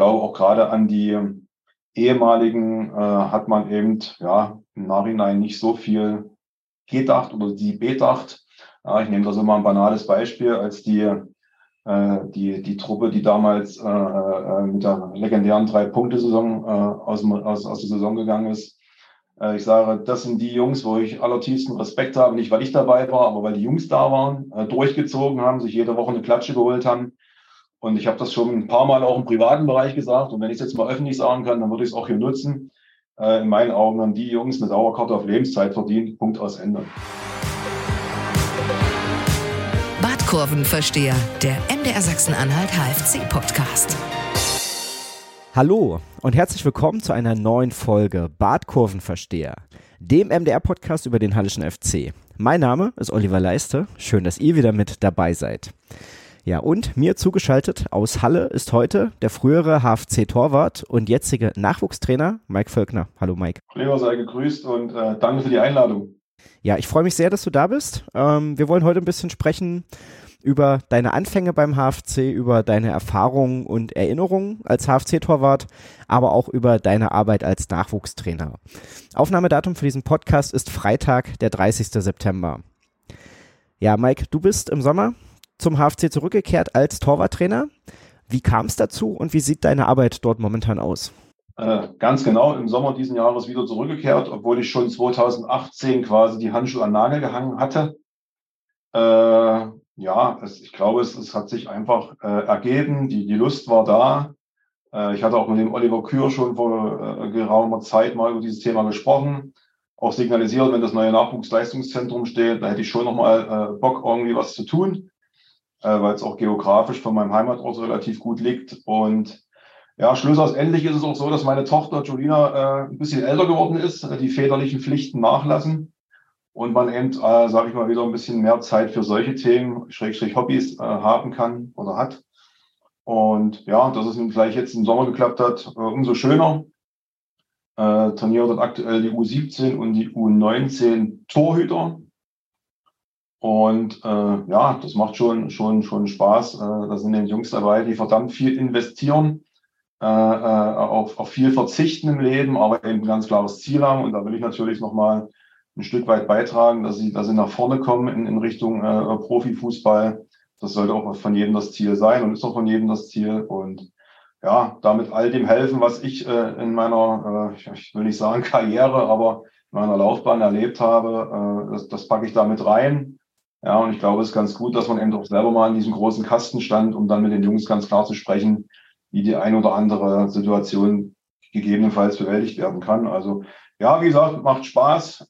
glaube auch gerade an die ehemaligen hat man eben im Nachhinein nicht so viel gedacht oder die bedacht. Ja, ich nehme da so mal ein banales Beispiel, als die Truppe, die damals mit der legendären 3-Punkte-Saison aus der Saison gegangen ist. Ich sage, das sind die Jungs, wo ich allertiefsten Respekt habe, nicht weil ich dabei war, aber weil die Jungs da waren, durchgezogen haben, sich jede Woche eine Klatsche geholt haben. Und ich habe das schon ein paar Mal auch im privaten Bereich gesagt. Und wenn ich es jetzt mal öffentlich sagen kann, dann würde ich es auch hier nutzen. In meinen Augen haben die Jungs eine Dauerkarte auf Lebenszeit verdient. Punkt, aus Ende. Badkurvenversteher, der MDR Sachsen-Anhalt HFC-Podcast. Hallo und herzlich willkommen zu einer neuen Folge Badkurvenversteher, dem MDR-Podcast über den Hallischen FC. Mein Name ist Oliver Leiste. Schön, dass ihr wieder mit dabei seid. Ja, und mir zugeschaltet aus Halle ist heute der frühere HFC-Torwart und jetzige Nachwuchstrainer Mike Völkner. Hallo Mike. Lieber, sei gegrüßt und danke für die Einladung. Ja, ich freue mich sehr, dass du da bist. Wir wollen heute ein bisschen sprechen über deine Anfänge beim HFC, über deine Erfahrungen und Erinnerungen als HFC-Torwart, aber auch über deine Arbeit als Nachwuchstrainer. Aufnahmedatum für diesen Podcast ist Freitag, der 30. September. Ja, Mike, du bist im Sommer zum HFC zurückgekehrt als Torwarttrainer. Wie kam es dazu und wie sieht deine Arbeit dort momentan aus? Ganz genau, im Sommer diesen Jahres wieder zurückgekehrt, obwohl ich schon 2018 quasi die Handschuhe an den Nagel gehangen hatte. Ich glaube, es hat sich einfach ergeben, die Lust war da. Ich hatte auch mit dem Oliver Kür schon vor geraumer Zeit mal über dieses Thema gesprochen, auch signalisiert, wenn das neue Nachwuchsleistungszentrum steht, da hätte ich schon nochmal Bock, irgendwie was zu tun, weil es auch geografisch von meinem Heimatort relativ gut liegt. Und ja, schlussendlich ist es auch so, dass meine Tochter Julina ein bisschen älter geworden ist, die väterlichen Pflichten nachlassen und man eben, sage ich mal, wieder ein bisschen mehr Zeit für solche Themen, Schrägstrich Hobbys haben kann oder hat. Und ja, dass es nun gleich jetzt im Sommer geklappt hat, umso schöner. Trainiere dort aktuell die U17 und die U19 Torhüter. Und das macht schon Spaß. Da sind die Jungs dabei, die verdammt viel investieren, auf viel verzichten im Leben, aber eben ein ganz klares Ziel haben. Und da will ich natürlich nochmal ein Stück weit beitragen, dass sie nach vorne kommen in Richtung Profifußball. Das sollte auch von jedem das Ziel sein und ist auch von jedem das Ziel. Und ja, damit all dem helfen, was ich in meiner, ich will nicht sagen Karriere, aber in meiner Laufbahn erlebt habe, das packe ich da mit rein. Ja, und ich glaube, es ist ganz gut, dass man eben auch selber mal in diesem großen Kasten stand, um dann mit den Jungs ganz klar zu sprechen, wie die ein oder andere Situation gegebenenfalls bewältigt werden kann. Also ja, wie gesagt, macht Spaß.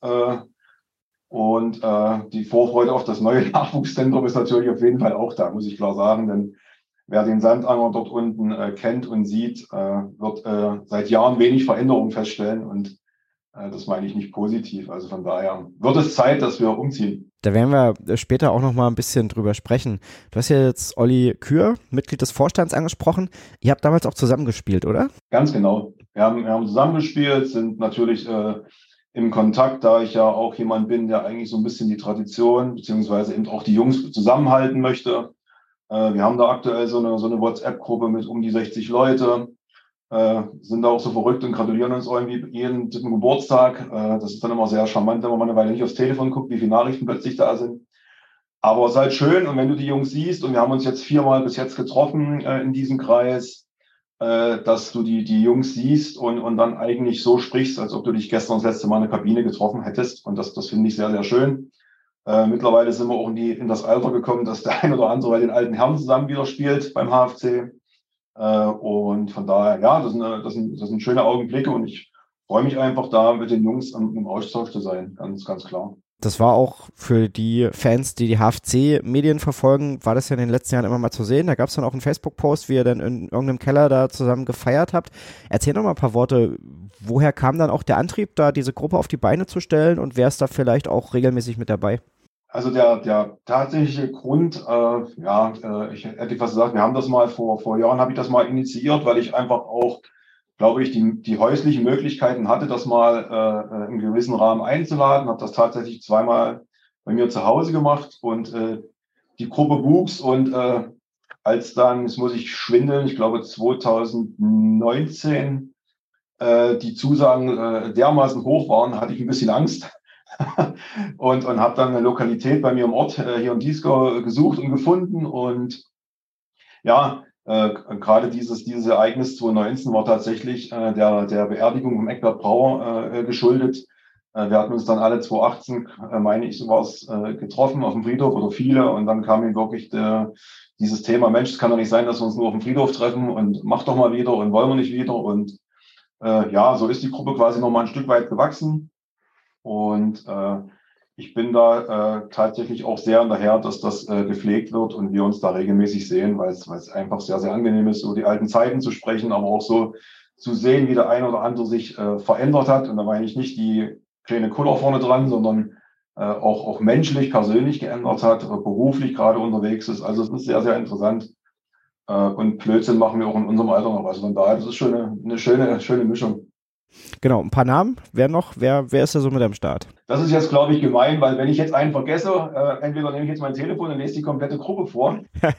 Und die Vorfreude auf das neue Nachwuchszentrum ist natürlich auf jeden Fall auch da, muss ich klar sagen. Denn wer den Sandanger dort unten kennt und sieht, wird seit Jahren wenig Veränderungen feststellen. Und das meine ich nicht positiv. Also von daher wird es Zeit, dass wir umziehen. Da werden wir später auch noch mal ein bisschen drüber sprechen. Du hast ja jetzt Olli Kür, Mitglied des Vorstands, angesprochen. Ihr habt damals auch zusammengespielt, oder? Ganz genau. Wir haben zusammengespielt, sind natürlich im Kontakt, da ich ja auch jemand bin, der eigentlich so ein bisschen die Tradition beziehungsweise eben auch die Jungs zusammenhalten möchte. Wir haben da aktuell so eine WhatsApp-Gruppe mit um die 60 Leute. Sind da auch so verrückt und gratulieren uns irgendwie jeden dritten Geburtstag. Das ist dann immer sehr charmant, wenn man mal eine Weile nicht aufs Telefon guckt, wie viele Nachrichten plötzlich da sind. Aber es ist halt schön, und wenn du die Jungs siehst, und wir haben uns jetzt 4-mal bis jetzt getroffen in diesem Kreis, dass du die Jungs siehst und dann eigentlich so sprichst, als ob du dich gestern das letzte Mal in der Kabine getroffen hättest. Und das finde ich sehr, sehr schön. Mittlerweile sind wir auch in das Alter gekommen, dass der ein oder andere bei den alten Herren zusammen wieder spielt beim HFC. Und von daher, ja, das sind schöne Augenblicke und ich freue mich einfach da mit den Jungs im Austausch zu sein, ganz, ganz klar. Das war auch für die Fans, die HFC-Medien verfolgen, war das ja in den letzten Jahren immer mal zu sehen. Da gab es dann auch einen Facebook-Post, wie ihr dann in irgendeinem Keller da zusammen gefeiert habt. Erzähl noch mal ein paar Worte. Woher kam dann auch der Antrieb, da diese Gruppe auf die Beine zu stellen, und wer ist da vielleicht auch regelmäßig mit dabei? Also der tatsächliche Grund, ich hätte fast gesagt, wir haben das mal vor Jahren, habe ich das mal initiiert, weil ich einfach auch, glaube ich, die häuslichen Möglichkeiten hatte, das mal im gewissen Rahmen einzuladen. Habe das tatsächlich 2-mal bei mir zu Hause gemacht und die Gruppe wuchs und als dann, jetzt muss ich schwindeln, ich glaube 2019 die Zusagen dermaßen hoch waren, hatte ich ein bisschen Angst und habe dann eine Lokalität bei mir im Ort hier in Dieskau gesucht und gefunden. Und ja, gerade dieses Ereignis 2019 war tatsächlich der Beerdigung vom Eckbert Brauer geschuldet. Wir hatten uns dann alle 2018, meine ich, so war es, getroffen auf dem Friedhof oder viele. Und dann kam ihm wirklich dieses Thema, Mensch, es kann doch nicht sein, dass wir uns nur auf dem Friedhof treffen und mach doch mal wieder und wollen wir nicht wieder. Und ja, so ist die Gruppe quasi noch mal ein Stück weit gewachsen. Und ich bin da tatsächlich auch sehr hinterher, dass das gepflegt wird und wir uns da regelmäßig sehen, weil es einfach sehr, sehr angenehm ist, so die alten Zeiten zu sprechen, aber auch so zu sehen, wie der eine oder andere sich verändert hat. Und da meine ich nicht die kleine Kuller vorne dran, sondern auch menschlich, persönlich geändert hat, beruflich gerade unterwegs ist. Also es ist sehr, sehr interessant. Und Blödsinn machen wir auch in unserem Alter noch. Also von daher, das ist schon eine schöne Mischung. Genau, ein paar Namen. Wer ist da so mit am Start? Das ist jetzt, glaube ich, gemein, weil wenn ich jetzt einen vergesse, entweder nehme ich jetzt mein Telefon und lese die komplette Gruppe vor.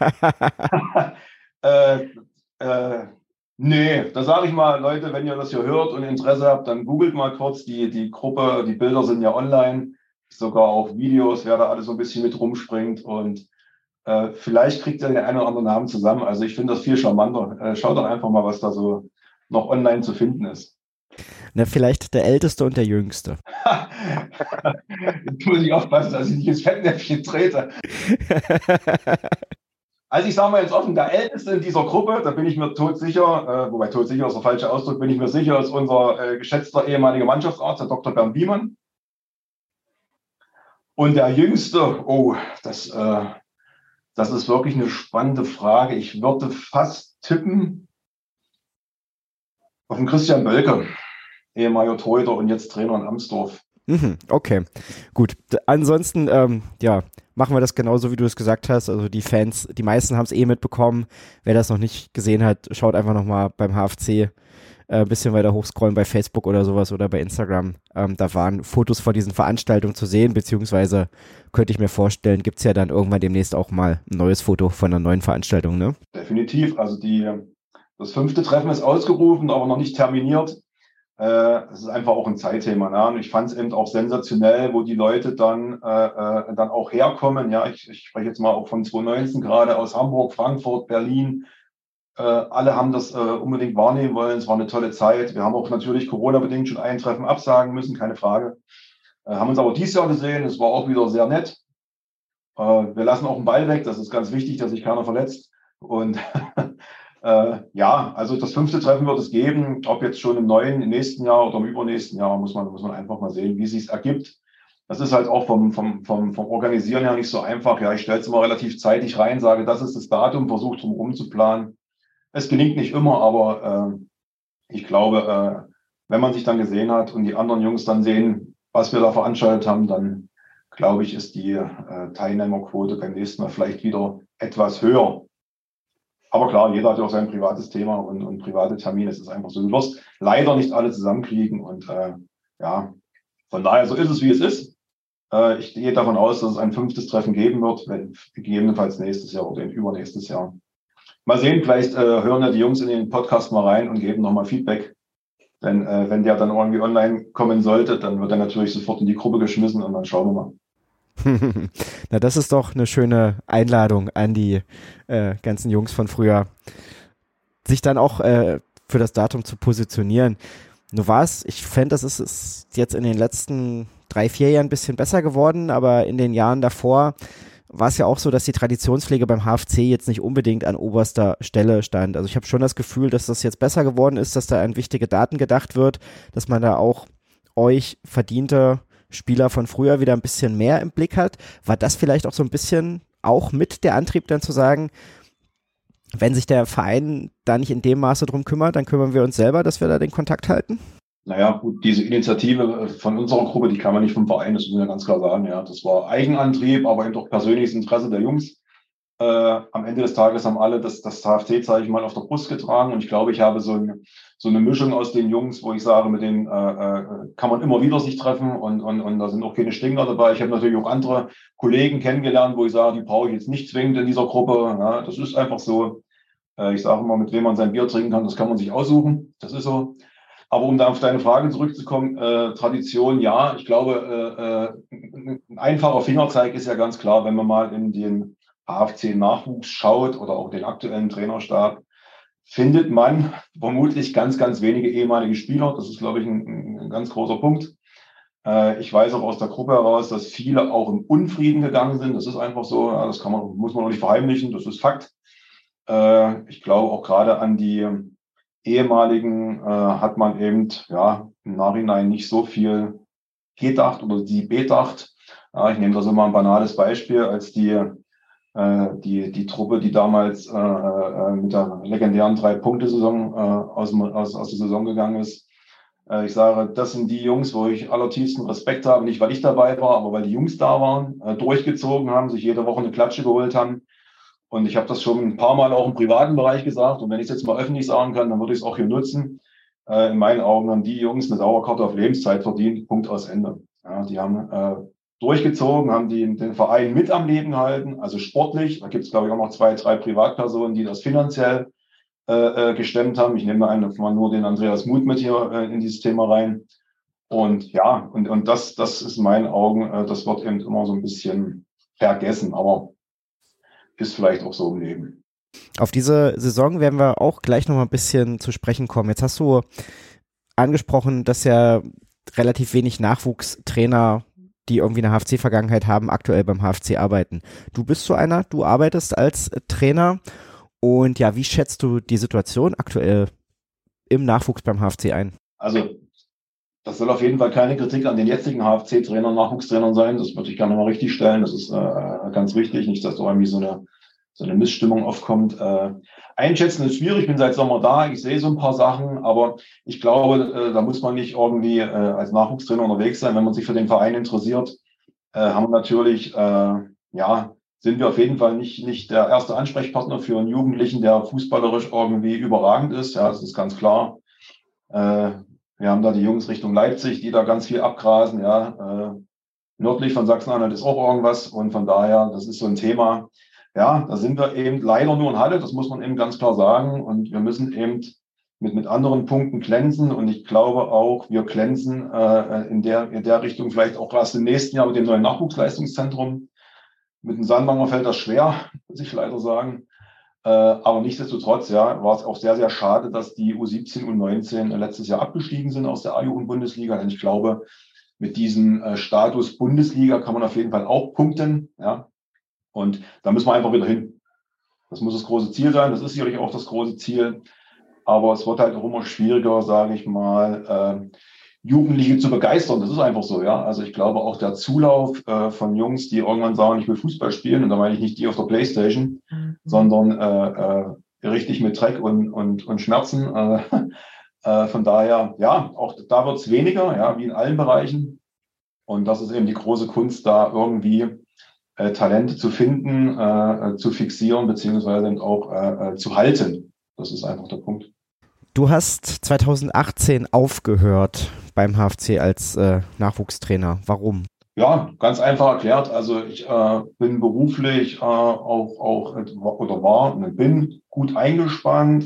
Nee, da sage ich mal, Leute, wenn ihr das hier hört und Interesse habt, dann googelt mal kurz die Gruppe. Die Bilder sind ja online, sogar auch Videos, wer da alles so ein bisschen mit rumspringt. Und vielleicht kriegt ihr den einen oder anderen Namen zusammen. Also ich finde das viel charmanter. Schaut doch einfach mal, was da so noch online zu finden ist. Na, vielleicht der Älteste und der Jüngste. Jetzt muss ich aufpassen, dass ich nicht ins Fettnäpfchen trete. Also ich sage mal jetzt offen, der Älteste in dieser Gruppe, da bin ich mir todsicher, wobei todsicher ist der falsche Ausdruck, bin ich mir sicher, ist unser geschätzter ehemaliger Mannschaftsarzt, der Dr. Bernd Biemann. Und der Jüngste, das ist wirklich eine spannende Frage. Ich würde fast tippen auf den Christian Bölke, ehemaliger Torhüter und jetzt Trainer in Amsdorf. Okay, gut. Ansonsten, machen wir das genauso, wie du es gesagt hast. Also die Fans, die meisten haben es mitbekommen. Wer das noch nicht gesehen hat, schaut einfach nochmal beim HFC ein bisschen weiter hochscrollen bei Facebook oder sowas oder bei Instagram. Da waren Fotos von diesen Veranstaltungen zu sehen, beziehungsweise könnte ich mir vorstellen, gibt es ja dann irgendwann demnächst auch mal ein neues Foto von einer neuen Veranstaltung, ne? Definitiv. Also das 5. Treffen ist ausgerufen, aber noch nicht terminiert. Das ist einfach auch ein Zeitthema. Ne? Und ich fand es eben auch sensationell, wo die Leute dann auch herkommen. Ja, ich spreche jetzt mal auch von 2019 gerade aus Hamburg, Frankfurt, Berlin. Alle haben das unbedingt wahrnehmen wollen. Es war eine tolle Zeit. Wir haben auch natürlich Corona-bedingt schon ein Treffen absagen müssen, keine Frage. Haben uns aber dieses Jahr gesehen. Es war auch wieder sehr nett. Wir lassen auch den Ball weg. Das ist ganz wichtig, dass sich keiner verletzt. Und ja, also das 5. Treffen wird es geben. Ob jetzt schon im nächsten Jahr oder im übernächsten Jahr, muss man einfach mal sehen, wie es sich ergibt. Das ist halt auch vom Organisieren her nicht so einfach. Ja, ich stelle es immer relativ zeitig rein, sage, das ist das Datum, versuche drumherum zu planen. Es gelingt nicht immer, aber ich glaube, wenn man sich dann gesehen hat und die anderen Jungs dann sehen, was wir da veranstaltet haben, dann glaube ich, ist die Teilnehmerquote beim nächsten Mal vielleicht wieder etwas höher. Aber klar, jeder hat ja auch sein privates Thema und private Termine. Es ist einfach so. Du wirst leider nicht alle zusammenkriegen. Und ja, von daher, so ist es, wie es ist. Ich gehe davon aus, dass es ein 5. Treffen geben wird, gegebenenfalls nächstes Jahr oder übernächstes Jahr. Mal sehen, vielleicht hören ja die Jungs in den Podcast mal rein und geben nochmal Feedback. Denn wenn der dann irgendwie online kommen sollte, dann wird er natürlich sofort in die Gruppe geschmissen und dann schauen wir mal. Na, das ist doch eine schöne Einladung an die ganzen Jungs von früher, sich dann auch für das Datum zu positionieren. Nur ich fände, das ist jetzt in den letzten 3-4 Jahren ein bisschen besser geworden, aber in den Jahren davor war es ja auch so, dass die Traditionspflege beim HFC jetzt nicht unbedingt an oberster Stelle stand. Also ich habe schon das Gefühl, dass das jetzt besser geworden ist, dass da an wichtige Daten gedacht wird, dass man da auch euch verdiente Spieler von früher wieder ein bisschen mehr im Blick hat. War das vielleicht auch so ein bisschen auch mit der Antrieb dann zu sagen, wenn sich der Verein da nicht in dem Maße drum kümmert, dann kümmern wir uns selber, dass wir da den Kontakt halten? Naja, gut, diese Initiative von unserer Gruppe, die kann man nicht vom Verein, das müssen wir ganz klar sagen. Ja, das war Eigenantrieb, aber eben doch persönliches Interesse der Jungs. Am Ende des Tages haben alle das HFC-Zeichen mal auf der Brust getragen. Und ich glaube, ich habe so eine Mischung aus den Jungs, wo ich sage, mit denen kann man immer wieder sich treffen und da sind auch keine Stinker dabei. Ich habe natürlich auch andere Kollegen kennengelernt, wo ich sage, die brauche ich jetzt nicht zwingend in dieser Gruppe. Ja, das ist einfach so. Ich sage immer, mit wem man sein Bier trinken kann, das kann man sich aussuchen. Das ist so. Aber um da auf deine Frage zurückzukommen, Tradition, ja. Ich glaube, ein einfacher Fingerzeig ist ja ganz klar, wenn man mal in den HFC-Nachwuchs schaut oder auch den aktuellen Trainerstab, findet man vermutlich ganz, ganz wenige ehemalige Spieler. Das ist, glaube ich, ein ganz großer Punkt. Ich weiß auch aus der Gruppe heraus, dass viele auch im Unfrieden gegangen sind. Das ist einfach so. Ja, das muss man auch nicht verheimlichen. Das ist Fakt. Ich glaube auch gerade an die ehemaligen hat man eben ja im Nachhinein nicht so viel gedacht oder die bedacht. Ja, ich nehme da so mal ein banales Beispiel, als die Truppe, die damals mit der legendären 3-Punkte-Saison aus der Saison gegangen ist. Ich sage, das sind die Jungs, wo ich allertiefsten Respekt habe, nicht weil ich dabei war, aber weil die Jungs da waren, durchgezogen haben, sich jede Woche eine Klatsche geholt haben. Und ich habe das schon ein paar Mal auch im privaten Bereich gesagt. Und wenn ich es jetzt mal öffentlich sagen kann, dann würde ich es auch hier nutzen. In meinen Augen haben die Jungs eine Dauerkarte auf Lebenszeit verdient. Punkt aus Ende. Ja, die haben durchgezogen, haben den Verein mit am Leben gehalten, also sportlich. Da gibt es, glaube ich, auch noch 2, 3 Privatpersonen, die das finanziell gestemmt haben. Ich nehme da einfach mal nur den Andreas Muth mit hier in dieses Thema rein. Und ja, und das ist in meinen Augen, das wird eben immer so ein bisschen vergessen. Aber ist vielleicht auch so im Leben. Auf diese Saison werden wir auch gleich noch mal ein bisschen zu sprechen kommen. Jetzt hast du angesprochen, dass ja relativ wenig Nachwuchstrainer, die irgendwie eine HFC-Vergangenheit haben, aktuell beim HFC arbeiten. Du bist so einer, du arbeitest als Trainer und ja, wie schätzt du die Situation aktuell im Nachwuchs beim HFC ein? Also das soll auf jeden Fall keine Kritik an den jetzigen HFC-Trainern, Nachwuchstrainern sein. Das würde ich gerne mal richtig stellen. Das ist ganz wichtig, nicht, dass da irgendwie so eine Missstimmung aufkommt. Einschätzen ist schwierig. Ich bin seit Sommer da. Ich sehe so ein paar Sachen, aber ich glaube, da muss man nicht irgendwie als Nachwuchstrainer unterwegs sein. Wenn man sich für den Verein interessiert, haben wir natürlich, sind wir auf jeden Fall nicht der erste Ansprechpartner für einen Jugendlichen, der fußballerisch irgendwie überragend ist. Ja, das ist ganz klar. Wir haben da die Jungs Richtung Leipzig, die da ganz viel abgrasen. Ja, nördlich von Sachsen-Anhalt ist auch irgendwas. Und von daher, das ist so ein Thema. Ja, da sind wir eben leider nur in Halle. Das muss man eben ganz klar sagen. Und wir müssen eben mit anderen Punkten glänzen. Und ich glaube auch, wir glänzen in der Richtung vielleicht auch erst im nächsten Jahr mit dem neuen Nachwuchsleistungszentrum. Mit dem Sandbanger fällt das schwer, muss ich leider sagen. Aber nichtsdestotrotz, ja, war es auch sehr, sehr schade, dass die U17 und U19 letztes Jahr abgestiegen sind aus der A-Jugend-Bundesliga. Denn ich glaube, mit diesem Status Bundesliga kann man auf jeden Fall auch punkten. Ja. Und da müssen wir einfach wieder hin. Das muss das große Ziel sein. Das ist sicherlich auch das große Ziel. Aber es wird halt auch immer schwieriger, sage ich mal, Jugendliche zu begeistern. Das ist einfach so, ja. Also ich glaube auch der Zulauf von Jungs, die irgendwann sagen, ich will Fußball spielen, und da meine ich nicht die auf der Playstation, sondern richtig mit Dreck und Schmerzen. Von daher, ja, auch da wird es weniger, ja, wie in allen Bereichen. Und das ist eben die große Kunst, da irgendwie Talente zu finden, zu fixieren, beziehungsweise auch zu halten. Das ist einfach der Punkt. Du hast 2018 aufgehört beim HFC als Nachwuchstrainer. Warum? Ja, ganz einfach erklärt. Also ich bin beruflich bin gut eingespannt.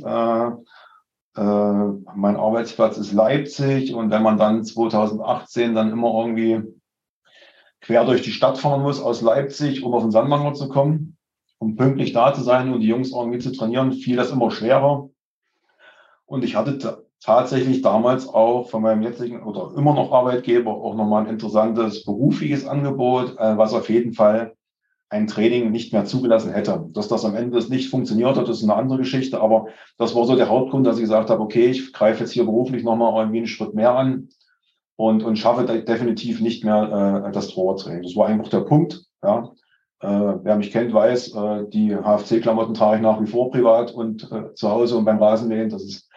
Mein Arbeitsplatz ist Leipzig, und wenn man dann 2018 dann immer irgendwie quer durch die Stadt fahren muss aus Leipzig, um auf den Sandbanger zu kommen, um pünktlich da zu sein und die Jungs irgendwie zu trainieren, fiel das immer schwerer. Und ich hatte tatsächlich damals auch von meinem jetzigen oder immer noch Arbeitgeber auch nochmal ein interessantes berufliches Angebot, was auf jeden Fall ein Training nicht mehr zugelassen hätte. Dass das am Ende nicht funktioniert hat, ist eine andere Geschichte. Aber das war so der Hauptgrund, dass ich gesagt habe, okay, ich greife jetzt hier beruflich nochmal irgendwie einen Schritt mehr an und schaffe definitiv nicht mehr das Torwarttraining. Das war einfach der Punkt. Ja. Wer mich kennt, weiß, die HFC-Klamotten trage ich nach wie vor privat und zu Hause und beim Rasenmähen. Das ist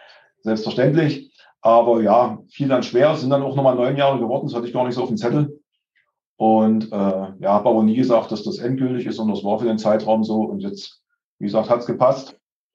selbstverständlich. Aber ja, fiel dann schwer. Es sind dann auch nochmal 9 Jahre geworden. Das hatte ich gar nicht so auf dem Zettel. Und ja, habe aber nie gesagt, dass das endgültig ist und das war für den Zeitraum so. Und jetzt, wie gesagt, hat es gepasst.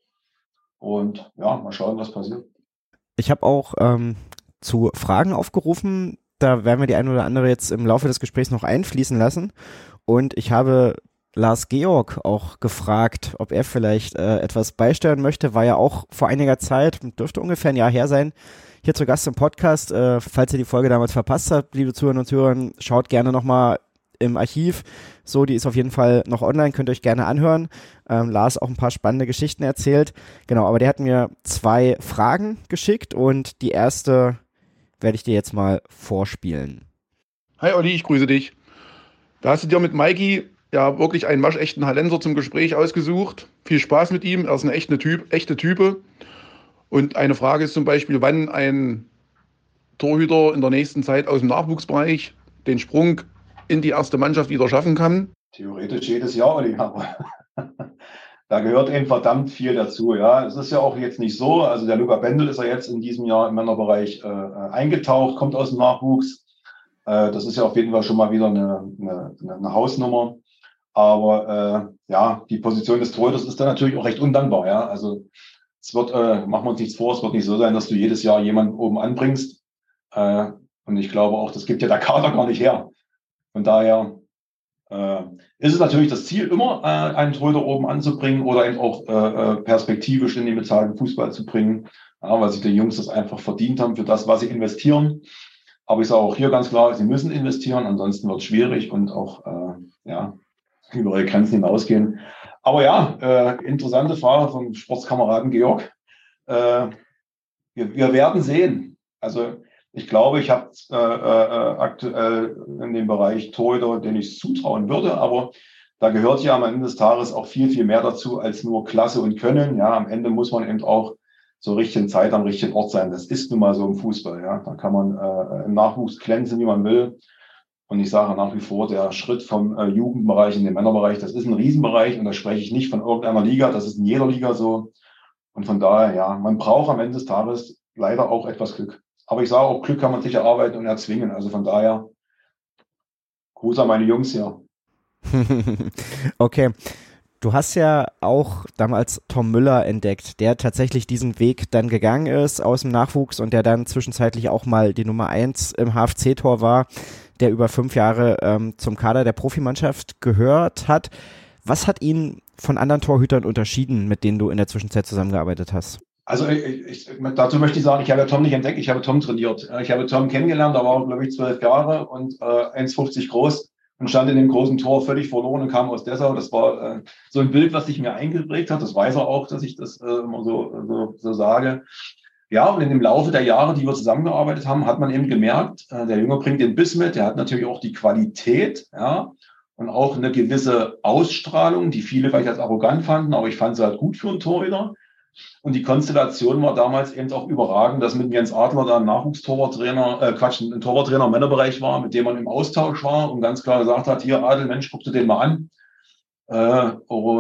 Und ja, mal schauen, was passiert. Ich habe auch zu Fragen aufgerufen. Da werden wir die eine oder andere jetzt im Laufe des Gesprächs noch einfließen lassen. Und ich habe Lars Georg auch gefragt, ob er vielleicht etwas beisteuern möchte. War ja auch vor einiger Zeit, dürfte ungefähr ein Jahr her sein, hier zu Gast im Podcast. Falls ihr die Folge damals verpasst habt, liebe Zuhörerinnen und Zuhörer, schaut gerne nochmal im Archiv. So, die ist auf jeden Fall noch online, könnt ihr euch gerne anhören. Lars auch ein paar spannende Geschichten erzählt. Genau, aber der hat mir 2 Fragen geschickt und die erste werde ich dir jetzt mal vorspielen. Hi Olli, ich grüße dich. Da hast du dir mit Maiki ja wirklich einen waschechten Hallenser zum Gespräch ausgesucht. Viel Spaß mit ihm, er ist eine echte Type. Und eine Frage ist zum Beispiel, wann ein Torhüter in der nächsten Zeit aus dem Nachwuchsbereich den Sprung in die erste Mannschaft wieder schaffen kann. Theoretisch jedes Jahr, Olli, aber da gehört eben verdammt viel dazu. Ja, es ist ja auch jetzt nicht so. Also der Luca Bendel ist ja jetzt in diesem Jahr im Männerbereich eingetaucht, kommt aus dem Nachwuchs. Das ist ja auf jeden Fall schon mal wieder eine Hausnummer. Aber ja, die Position des Torhüters ist dann natürlich auch recht undankbar. Ja, also es wird, machen wir uns nichts vor, es wird nicht so sein, dass du jedes Jahr jemanden oben anbringst. Und ich glaube auch, das gibt ja der Kader gar nicht her. Von daher ist es natürlich das Ziel, immer einen Torhüter oben anzubringen oder eben auch perspektivisch in den bezahlten Fußball zu bringen, ja, weil sich die Jungs das einfach verdient haben für das, was sie investieren. Aber ich sage auch hier ganz klar, sie müssen investieren, ansonsten wird es schwierig und auch ja, über ihre Grenzen hinausgehen. Aber ja, interessante Frage vom Sportskameraden Georg. Wir werden sehen. Also ich glaube, ich habe aktuell in dem Bereich Torhüter, den ich zutrauen würde, aber da gehört ja am Ende des Tages auch viel, viel mehr dazu als nur Klasse und Können. Ja, am Ende muss man eben auch zur richtigen Zeit am richtigen Ort sein. Das ist nun mal so im Fußball. Ja, da kann man im Nachwuchs glänzen, wie man will. Und ich sage nach wie vor, der Schritt vom Jugendbereich in den Männerbereich, das ist ein Riesenbereich und da spreche ich nicht von irgendeiner Liga, das ist in jeder Liga so. Und von daher, ja, man braucht am Ende des Tages leider auch etwas Glück. Aber ich sage auch, Glück kann man sich erarbeiten und erzwingen. Also von daher, Gruß an meine Jungs hier. Okay. Du hast ja auch damals Tom Müller entdeckt, der tatsächlich diesen Weg dann gegangen ist aus dem Nachwuchs und der dann zwischenzeitlich auch mal die Nummer 1 im HFC-Tor war, der über 5 Jahre zum Kader der Profimannschaft gehört hat. Was hat ihn von anderen Torhütern unterschieden, mit denen du in der Zwischenzeit zusammengearbeitet hast? Also dazu möchte ich sagen, ich habe Tom nicht entdeckt, ich habe Tom trainiert. Ich habe Tom kennengelernt, da war er, glaube ich, 12 Jahre und 1,50 groß und stand in dem großen Tor völlig verloren und kam aus Dessau. Das war so ein Bild, was sich mir eingeprägt hat. Das weiß er auch, dass ich das immer so sage. Ja, und in dem Laufe der Jahre, die wir zusammengearbeitet haben, hat man eben gemerkt, der Junge bringt den Biss mit, der hat natürlich auch die Qualität, ja, und auch eine gewisse Ausstrahlung, die viele vielleicht als arrogant fanden, aber ich fand sie halt gut für einen Torhüter. Und die Konstellation war damals eben auch überragend, dass mit Jens Adler da ein Nachwuchstorwarttrainer, ein Torwarttrainer im Männerbereich war, mit dem man im Austausch war und ganz klar gesagt hat, hier Adel, Mensch, guck dir den mal an.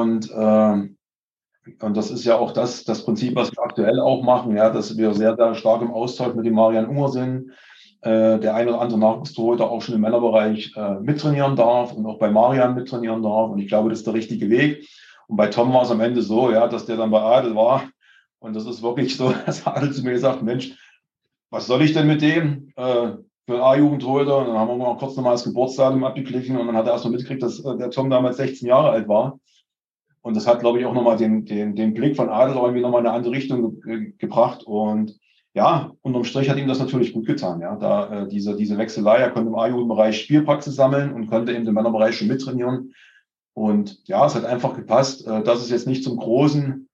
Und das ist ja auch das Prinzip, was wir aktuell auch machen, ja, dass wir sehr, sehr stark im Austausch mit dem Marian Unger sind. Der eine oder andere Nachwuchstorhüter auch schon im Männerbereich mittrainieren darf und auch bei Marian mittrainieren darf. Und ich glaube, das ist der richtige Weg. Und bei Tom war es am Ende so, ja, dass der dann bei Adel war. Und das ist wirklich so, dass Adel zu mir gesagt, Mensch, was soll ich denn mit dem? Für einen A-Jugendtorhüter. Und dann haben wir mal kurz nochmal das Geburtsdatum abgeglichen und dann hat er erst mal mitgekriegt, dass der Tom damals 16 Jahre alt war. Und das hat, glaube ich, auch nochmal den Blick von Adel irgendwie nochmal in eine andere Richtung gebracht. Und ja, unterm Strich hat ihm das natürlich gut getan. Ja, da diese Wechselei, er konnte im A-Jugendbereich Spielpraxis sammeln und konnte eben im Männerbereich schon mittrainieren. Und ja, es hat einfach gepasst, dass es jetzt nicht zum großen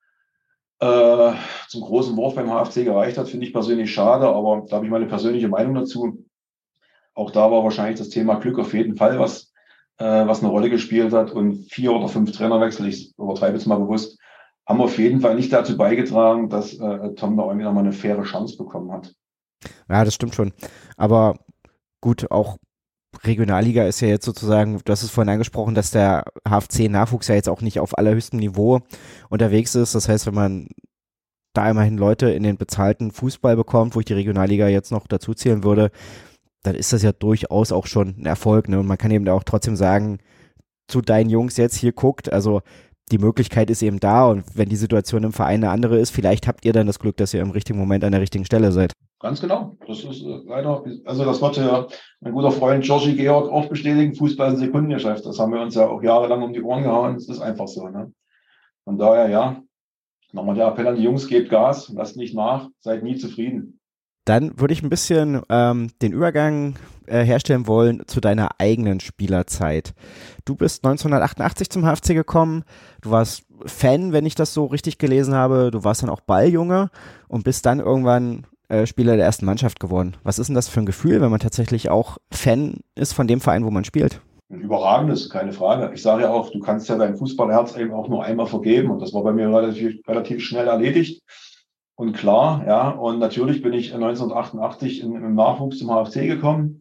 Wurf beim HFC gereicht hat, finde ich persönlich schade. Aber da habe ich meine persönliche Meinung dazu. Auch da war wahrscheinlich das Thema Glück auf jeden Fall was eine Rolle gespielt hat. Und 4 oder 5 Trainerwechsel, ich übertreibe jetzt mal bewusst, haben auf jeden Fall nicht dazu beigetragen, dass Tom da irgendwie nochmal eine faire Chance bekommen hat. Ja, das stimmt schon. Aber gut, auch Regionalliga ist ja jetzt sozusagen, du hast es vorhin angesprochen, dass der HFC-Nachwuchs ja jetzt auch nicht auf allerhöchstem Niveau unterwegs ist. Das heißt, wenn man da immerhin Leute in den bezahlten Fußball bekommt, wo ich die Regionalliga jetzt noch dazu zählen würde, dann ist das ja durchaus auch schon ein Erfolg, ne? Und man kann eben auch trotzdem sagen, zu deinen Jungs jetzt hier guckt, also die Möglichkeit ist eben da und wenn die Situation im Verein eine andere ist, vielleicht habt ihr dann das Glück, dass ihr im richtigen Moment an der richtigen Stelle seid. Ganz genau. Das ist leider, also das wird ja mein guter Freund Georgi Georg auch bestätigen, Fußball ist ein Sekundengeschäft. Das haben wir uns ja auch jahrelang um die Ohren gehauen. Es ist einfach so, ne? Von daher, ja, nochmal der Appell an die Jungs, gebt Gas, lasst nicht nach, seid nie zufrieden. Dann würde ich ein bisschen den Übergang herstellen wollen zu deiner eigenen Spielerzeit. Du bist 1988 zum HFC gekommen, du warst Fan, wenn ich das so richtig gelesen habe, du warst dann auch Balljunge und bist dann irgendwann Spieler der ersten Mannschaft geworden. Was ist denn das für ein Gefühl, wenn man tatsächlich auch Fan ist von dem Verein, wo man spielt? Ein überragendes, keine Frage. Ich sage ja auch, du kannst ja dein Fußballherz eben auch nur einmal vergeben und das war bei mir relativ schnell erledigt. Und klar, ja, und natürlich bin ich 1988 im Nachwuchs zum HFC gekommen,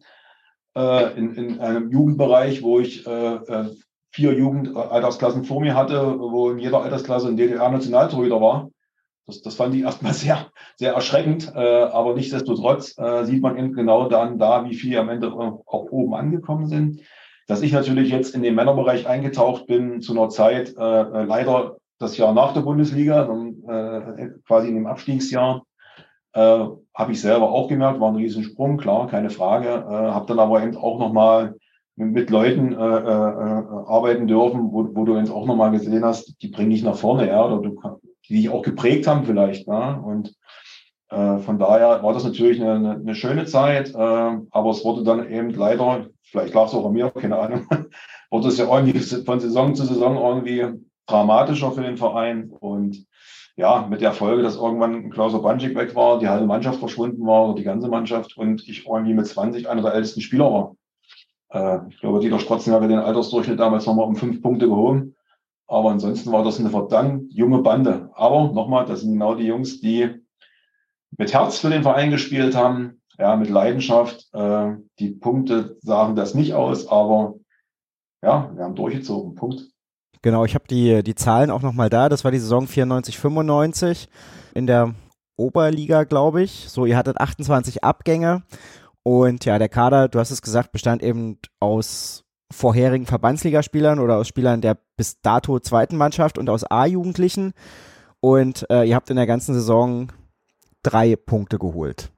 in einem Jugendbereich, wo ich 4 Jugendaltersklassen vor mir hatte, wo in jeder Altersklasse ein DDR-Nationaltorhüter war. Das fand ich erstmal sehr, sehr erschreckend, aber nichtsdestotrotz sieht man eben genau dann da, wie viele am Ende auch oben angekommen sind. Dass ich natürlich jetzt in den Männerbereich eingetaucht bin, zu einer Zeit leider das Jahr nach der Bundesliga, quasi in dem Abstiegsjahr, habe ich selber auch gemerkt, war ein Riesensprung, klar, keine Frage. Habe dann aber eben auch nochmal mit Leuten arbeiten dürfen, wo du eben auch nochmal gesehen hast, die bringen dich nach vorne, ja, oder die dich auch geprägt haben vielleicht. Ja? Und von daher war das natürlich eine schöne Zeit, aber es wurde dann eben leider, vielleicht lag es auch an mir, keine Ahnung, wurde es ja irgendwie von Saison zu Saison irgendwie dramatischer für den Verein und ja, mit der Folge, dass irgendwann Klaus Banschik weg war, die halbe Mannschaft verschwunden war oder die ganze Mannschaft und ich irgendwie mit 20 einer der ältesten Spieler war. Ich glaube, Dieter Sprotzen hatte den Altersdurchschnitt damals nochmal um 5 Punkte gehoben, aber ansonsten war das eine verdammt junge Bande. Aber nochmal, das sind genau die Jungs, die mit Herz für den Verein gespielt haben, ja, mit Leidenschaft. Die Punkte sagen das nicht aus, aber ja, wir haben durchgezogen. Punkt. Genau, ich habe die Zahlen auch nochmal da. Das war die Saison 94, 95 in der Oberliga, glaube ich. So, ihr hattet 28 Abgänge und ja, der Kader, du hast es gesagt, bestand eben aus vorherigen Verbandsligaspielern oder aus Spielern der bis dato zweiten Mannschaft und aus A-Jugendlichen und ihr habt in der ganzen Saison 3 Punkte geholt.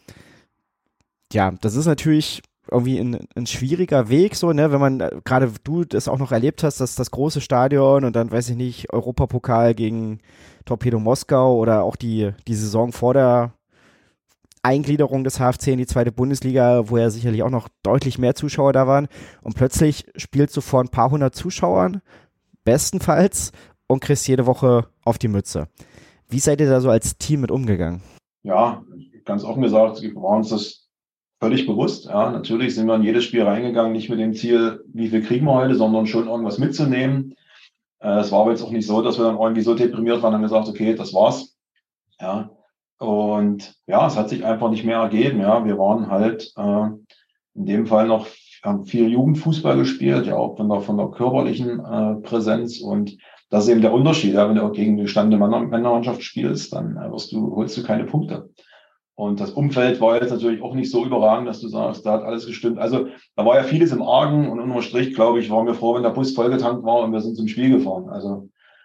Ja, das ist natürlich irgendwie ein schwieriger Weg, so, ne, wenn man, gerade du das auch noch erlebt hast, dass das große Stadion und dann, weiß ich nicht, Europapokal gegen Torpedo Moskau oder auch die Saison vor der Eingliederung des HFC in die zweite Bundesliga, wo ja sicherlich auch noch deutlich mehr Zuschauer da waren und plötzlich spielst du vor ein paar hundert Zuschauern, bestenfalls, und kriegst jede Woche auf die Mütze. Wie seid ihr da so als Team mit umgegangen? Ja, ganz offen gesagt, wir waren uns das völlig bewusst. Ja, natürlich sind wir in jedes Spiel reingegangen, nicht mit dem Ziel, wie viel kriegen wir heute, sondern schon irgendwas mitzunehmen. Es war aber jetzt auch nicht so, dass wir dann irgendwie so deprimiert waren und gesagt, okay, das war's. Ja, und ja, es hat sich einfach nicht mehr ergeben. Ja, wir waren halt in dem Fall noch, haben viel Jugendfußball gespielt, ja auch von der körperlichen Präsenz und das ist eben der Unterschied. Ja, wenn du auch gegen eine gestandene Männermannschaft spielst, dann holst du keine Punkte. Und das Umfeld war jetzt natürlich auch nicht so überragend, dass du sagst, da hat alles gestimmt. Also da war ja vieles im Argen und unterm Strich, glaube ich, waren wir froh, wenn der Bus vollgetankt war und wir sind zum Spiel gefahren. Also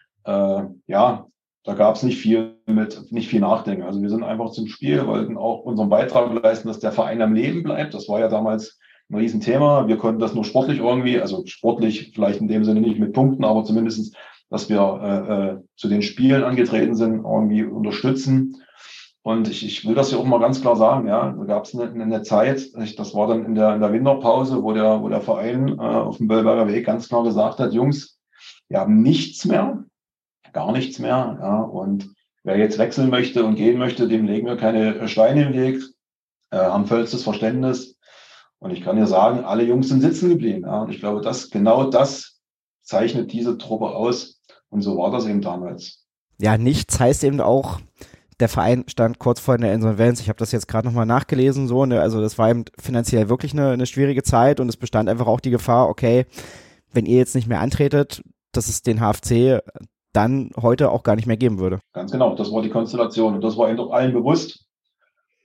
ja, da gab es nicht viel Nachdenken. Also wir sind einfach zum Spiel, wollten auch unseren Beitrag leisten, dass der Verein am Leben bleibt. Das war ja damals ein Riesenthema. Wir konnten das nur sportlich irgendwie, also sportlich vielleicht in dem Sinne nicht mit Punkten, aber zumindestens, dass wir zu den Spielen angetreten sind, irgendwie unterstützen. Und ich will das ja auch mal ganz klar sagen, ja, da gab es eine Zeit, das war dann in der Winterpause, wo der Verein auf dem Böllberger Weg ganz klar gesagt hat, Jungs, wir haben nichts mehr, gar nichts mehr, ja, und wer jetzt wechseln möchte und gehen möchte, dem legen wir keine Steine im Weg, haben vollstes Verständnis. Und ich kann dir sagen, alle Jungs sind sitzen geblieben, ja, und ich glaube, genau das zeichnet diese Truppe aus. Und so war das eben damals. Ja, nichts heißt eben auch, der Verein stand kurz vor der Insolvenz. Ich habe das jetzt gerade nochmal nachgelesen, so, ne? Also das war eben finanziell wirklich eine schwierige Zeit und es bestand einfach auch die Gefahr, okay, wenn ihr jetzt nicht mehr antretet, dass es den HFC dann heute auch gar nicht mehr geben würde. Ganz genau, das war die Konstellation und das war eben doch allen bewusst.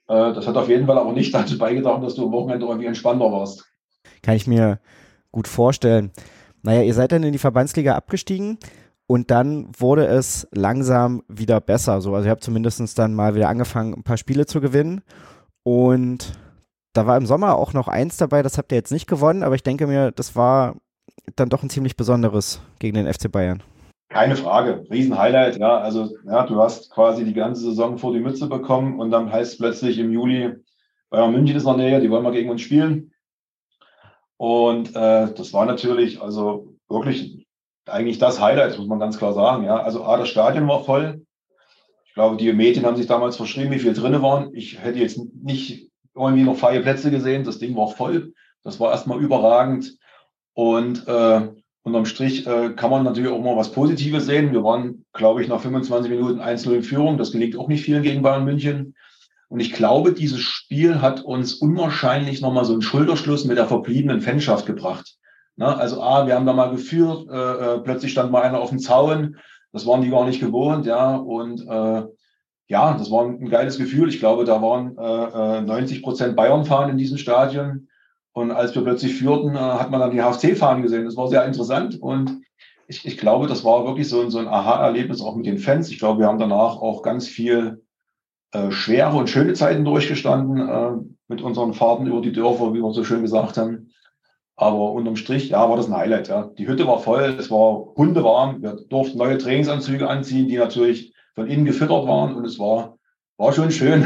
Das hat auf jeden Fall aber nicht dazu beigetragen, dass du am Wochenende irgendwie entspannter warst. Kann ich mir gut vorstellen. Naja, ihr seid dann in die Verbandsliga abgestiegen und dann wurde es langsam wieder besser. So, also ihr habt zumindest dann mal wieder angefangen, ein paar Spiele zu gewinnen. Und da war im Sommer auch noch eins dabei, das habt ihr jetzt nicht gewonnen, aber ich denke mir, das war dann doch ein ziemlich besonderes gegen den FC Bayern. Keine Frage, Riesenhighlight, ja. Also ja, du hast quasi die ganze Saison vor die Mütze bekommen und dann heißt es plötzlich im Juli, Bayern München ist in der Nähe, die wollen mal gegen uns spielen. Und das war natürlich also wirklich eigentlich das Highlight, muss man ganz klar sagen. Ja. Also das Stadion war voll. Ich glaube, die Medien haben sich damals verschrieben, wie viel drin waren. Ich hätte jetzt nicht irgendwie noch freie Plätze gesehen. Das Ding war voll. Das war erstmal überragend. Und unterm Strich kann man natürlich auch mal was Positives sehen. Wir waren, glaube ich, nach 25 Minuten 1-0 in Führung. Das gelingt auch nicht vielen gegen Bayern München. Und ich glaube, dieses Spiel hat uns unwahrscheinlich nochmal so einen Schulterschluss mit der verbliebenen Fanschaft gebracht. Na, also wir haben da mal geführt, plötzlich stand mal einer auf dem Zaun. Das waren die gar nicht gewohnt, ja. Und ja, das war ein geiles Gefühl. Ich glaube, da waren 90% Bayern-Fahnen in diesem Stadion. Und als wir plötzlich führten, hat man dann die HFC-Fahnen gesehen. Das war sehr interessant. Und ich glaube, das war wirklich so ein Aha-Erlebnis auch mit den Fans. Ich glaube, wir haben danach auch ganz viel schwere und schöne Zeiten durchgestanden mit unseren Fahrten über die Dörfer, wie wir so schön gesagt haben. Aber unterm Strich, ja, war das ein Highlight. Ja. Die Hütte war voll, es war hundewarm. Wir durften neue Trainingsanzüge anziehen, die natürlich von innen gefüttert waren. Und es war schon schön.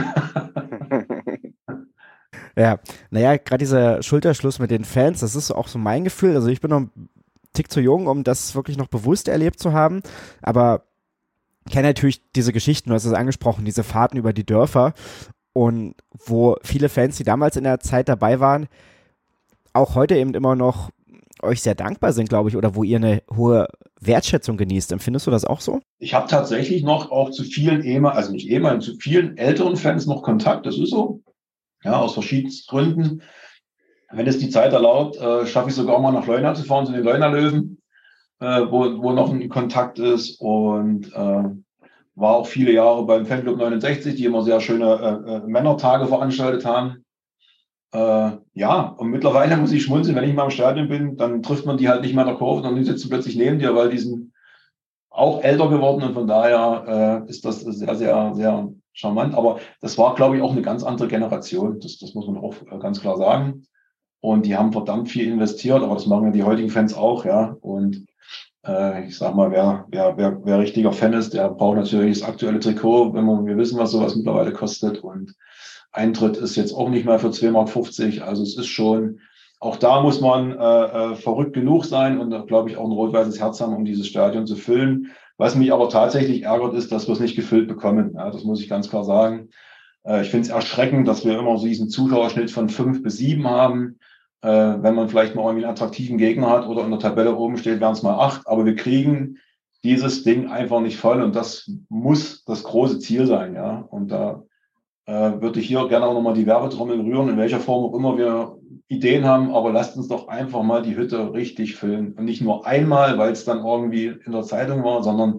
Ja, naja, gerade dieser Schulterschluss mit den Fans, das ist auch so mein Gefühl. Also ich bin noch ein Tick zu jung, um das wirklich noch bewusst erlebt zu haben. Aber ich kenne natürlich diese Geschichten, du hast es angesprochen, diese Fahrten über die Dörfer und wo viele Fans, die damals in der Zeit dabei waren, auch heute eben immer noch euch sehr dankbar sind, glaube ich, oder wo ihr eine hohe Wertschätzung genießt. Empfindest du das auch so? Ich habe tatsächlich noch auch zu vielen zu vielen älteren Fans noch Kontakt, das ist so. Ja, aus verschiedensten Gründen. Wenn es die Zeit erlaubt, schaffe ich sogar mal nach Leuna zu fahren, zu den Leuna-Löwen. Wo noch ein Kontakt ist und war auch viele Jahre beim Fanclub 69, die immer sehr schöne Männertage veranstaltet haben. Ja, und mittlerweile muss ich schmunzeln, wenn ich mal im Stadion bin, dann trifft man die halt nicht mehr in der Kurve, sondern die sitzen plötzlich neben dir, weil die sind auch älter geworden und von daher ist das sehr, sehr, sehr charmant. Aber das war, glaube ich, auch eine ganz andere Generation. Das muss man auch ganz klar sagen. Und die haben verdammt viel investiert, aber das machen ja die heutigen Fans auch, ja. Und ich sag mal, wer richtiger Fan ist, der braucht natürlich das aktuelle Trikot, wir wissen, was sowas mittlerweile kostet. Und Eintritt ist jetzt auch nicht mehr für 2,50 Mark. Also es ist schon, auch da muss man verrückt genug sein und, glaube ich, auch ein rot-weißes Herz haben, um dieses Stadion zu füllen. Was mich aber tatsächlich ärgert, ist, dass wir es nicht gefüllt bekommen. Ja, das muss ich ganz klar sagen. Ich finde es erschreckend, dass wir immer so diesen Zuschauerschnitt von 5 bis 7 haben. Wenn man vielleicht mal irgendwie einen attraktiven Gegner hat oder in der Tabelle oben steht, wären es mal 8. Aber wir kriegen dieses Ding einfach nicht voll und das muss das große Ziel sein. Ja. Und da würde ich hier gerne auch nochmal die Werbetrommel rühren, in welcher Form auch immer wir Ideen haben. Aber lasst uns doch einfach mal die Hütte richtig füllen. Und nicht nur einmal, weil es dann irgendwie in der Zeitung war, sondern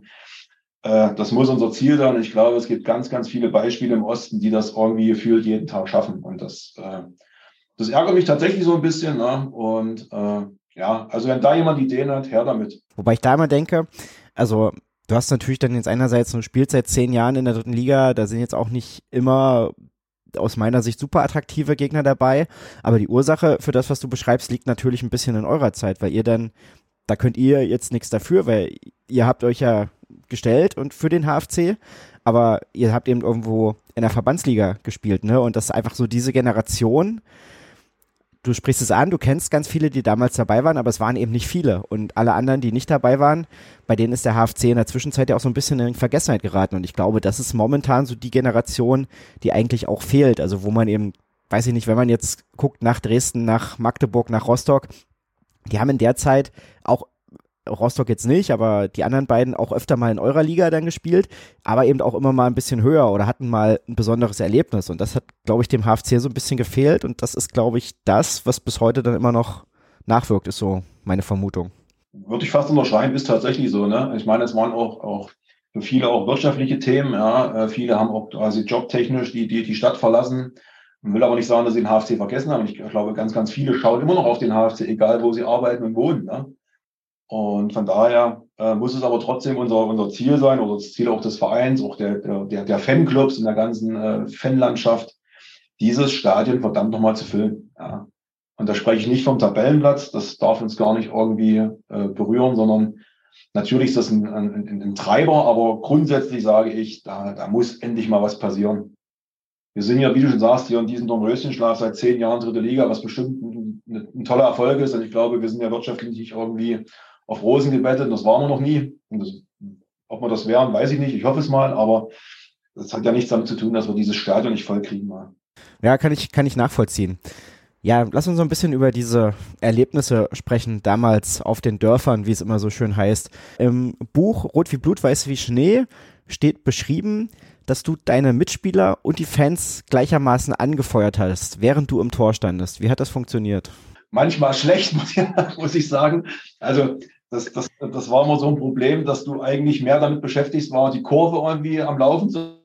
das muss unser Ziel sein. Und ich glaube, es gibt ganz, ganz viele Beispiele im Osten, die das irgendwie gefühlt jeden Tag schaffen. Und das ärgert mich tatsächlich so ein bisschen. Ne? Und ja, also wenn da jemand Ideen hat, her damit. Wobei ich da immer denke, also du hast natürlich dann jetzt einerseits eine Spielzeit 10 Jahren in der 3. Liga, da sind jetzt auch nicht immer aus meiner Sicht super attraktive Gegner dabei, aber die Ursache für das, was du beschreibst, liegt natürlich ein bisschen in eurer Zeit, weil da könnt ihr jetzt nichts dafür, weil ihr habt euch ja gestellt und für den HFC, aber ihr habt eben irgendwo in der Verbandsliga gespielt, ne? Und das ist einfach so diese Generation. Du sprichst es an, du kennst ganz viele, die damals dabei waren, aber es waren eben nicht viele. Und alle anderen, die nicht dabei waren, bei denen ist der HFC in der Zwischenzeit ja auch so ein bisschen in Vergessenheit geraten. Und ich glaube, das ist momentan so die Generation, die eigentlich auch fehlt. Also wo man eben, weiß ich nicht, wenn man jetzt guckt nach Dresden, nach Magdeburg, nach Rostock, die haben in der Zeit auch, Rostock jetzt nicht, aber die anderen beiden auch öfter mal in eurer Liga dann gespielt, aber eben auch immer mal ein bisschen höher oder hatten mal ein besonderes Erlebnis und das hat, glaube ich, dem HFC so ein bisschen gefehlt und das ist, glaube ich, das, was bis heute dann immer noch nachwirkt, ist so meine Vermutung. Würde ich fast unterschreiben, ist tatsächlich so, ne? Ich meine, es waren auch für viele auch wirtschaftliche Themen. Ja. Viele haben auch quasi jobtechnisch die Stadt verlassen. Man will aber nicht sagen, dass sie den HFC vergessen haben. Ich glaube, ganz, ganz viele schauen immer noch auf den HFC, egal wo sie arbeiten und wohnen. Ja. Und von daher muss es aber trotzdem unser Ziel sein oder das Ziel auch des Vereins, auch der Fanclubs in der ganzen Fanlandschaft, dieses Stadion verdammt nochmal zu füllen. Ja. Und da spreche ich nicht vom Tabellenplatz, das darf uns gar nicht irgendwie berühren, sondern natürlich ist das ein Treiber, aber grundsätzlich sage ich, da muss endlich mal was passieren. Wir sind ja, wie du schon sagst, hier in diesem Dornröschenschlaf seit 10 Jahren dritte Liga, was bestimmt ein toller Erfolg ist. Und ich glaube, wir sind ja wirtschaftlich nicht irgendwie auf Rosen gebettet. Das waren wir noch nie. Und ob wir das wären, weiß ich nicht. Ich hoffe es mal. Aber das hat ja nichts damit zu tun, dass wir dieses Stadion nicht voll kriegen. Mal. Ja, kann ich nachvollziehen. Ja, lass uns so ein bisschen über diese Erlebnisse sprechen, damals auf den Dörfern, wie es immer so schön heißt. Im Buch Rot wie Blut, Weiß wie Schnee steht beschrieben, dass du deine Mitspieler und die Fans gleichermaßen angefeuert hast, während du im Tor standest. Wie hat das funktioniert? Manchmal schlecht, muss ich sagen. Also das war immer so ein Problem, dass du eigentlich mehr damit beschäftigt warst, die Kurve irgendwie am Laufen zu,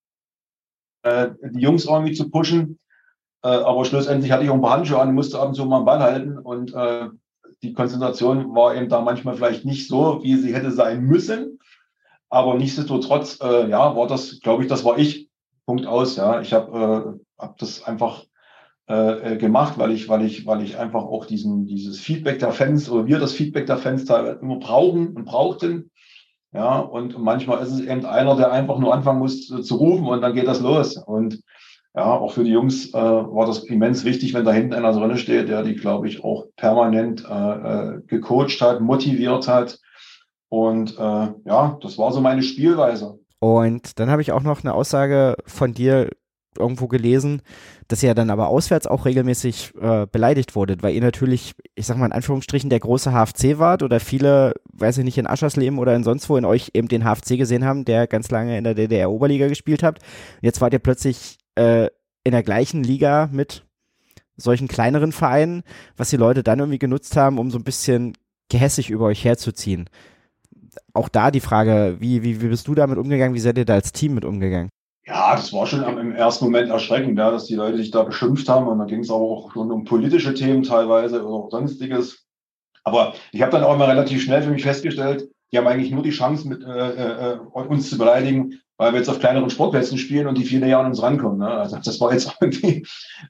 die Jungs irgendwie zu pushen. Aber schlussendlich hatte ich auch ein paar Handschuhe an und musste ab und zu mal einen Ball halten. Und die Konzentration war eben da manchmal vielleicht nicht so, wie sie hätte sein müssen. Aber nichtsdestotrotz, war das, glaube ich, das war ich. Punkt aus. Ja, ich habe das einfach gemacht, weil ich einfach auch dieses Feedback der Fans oder wir das Feedback der Fans teilweise immer brauchen und brauchten. Ja, und manchmal ist es eben einer, der einfach nur anfangen muss zu rufen und dann geht das los. Und ja, auch für die Jungs war das immens wichtig, wenn da hinten einer drin steht, der die, glaube ich, auch permanent gecoacht hat, motiviert hat. Und das war so meine Spielweise. Und dann habe ich auch noch eine Aussage von dir irgendwo gelesen, dass ihr dann aber auswärts auch regelmäßig beleidigt wurdet, weil ihr natürlich, ich sag mal in Anführungsstrichen, der große HFC wart oder viele, weiß ich nicht, in Aschersleben oder in sonst wo in euch eben den HFC gesehen haben, der ganz lange in der DDR-Oberliga gespielt habt. Jetzt wart ihr plötzlich in der gleichen Liga mit solchen kleineren Vereinen, was die Leute dann irgendwie genutzt haben, um so ein bisschen gehässig über euch herzuziehen. Auch da die Frage, wie bist du damit umgegangen, wie seid ihr da als Team mit umgegangen? Ja, das war schon im ersten Moment erschreckend, ja, dass die Leute sich da beschimpft haben und da ging es aber auch schon um politische Themen teilweise oder auch sonstiges. Aber ich habe dann auch mal relativ schnell für mich festgestellt, die haben eigentlich nur die Chance, mit uns zu beleidigen, weil wir jetzt auf kleineren Sportplätzen spielen und die viel näher an uns rankommen. Ne? Also das war jetzt irgendwie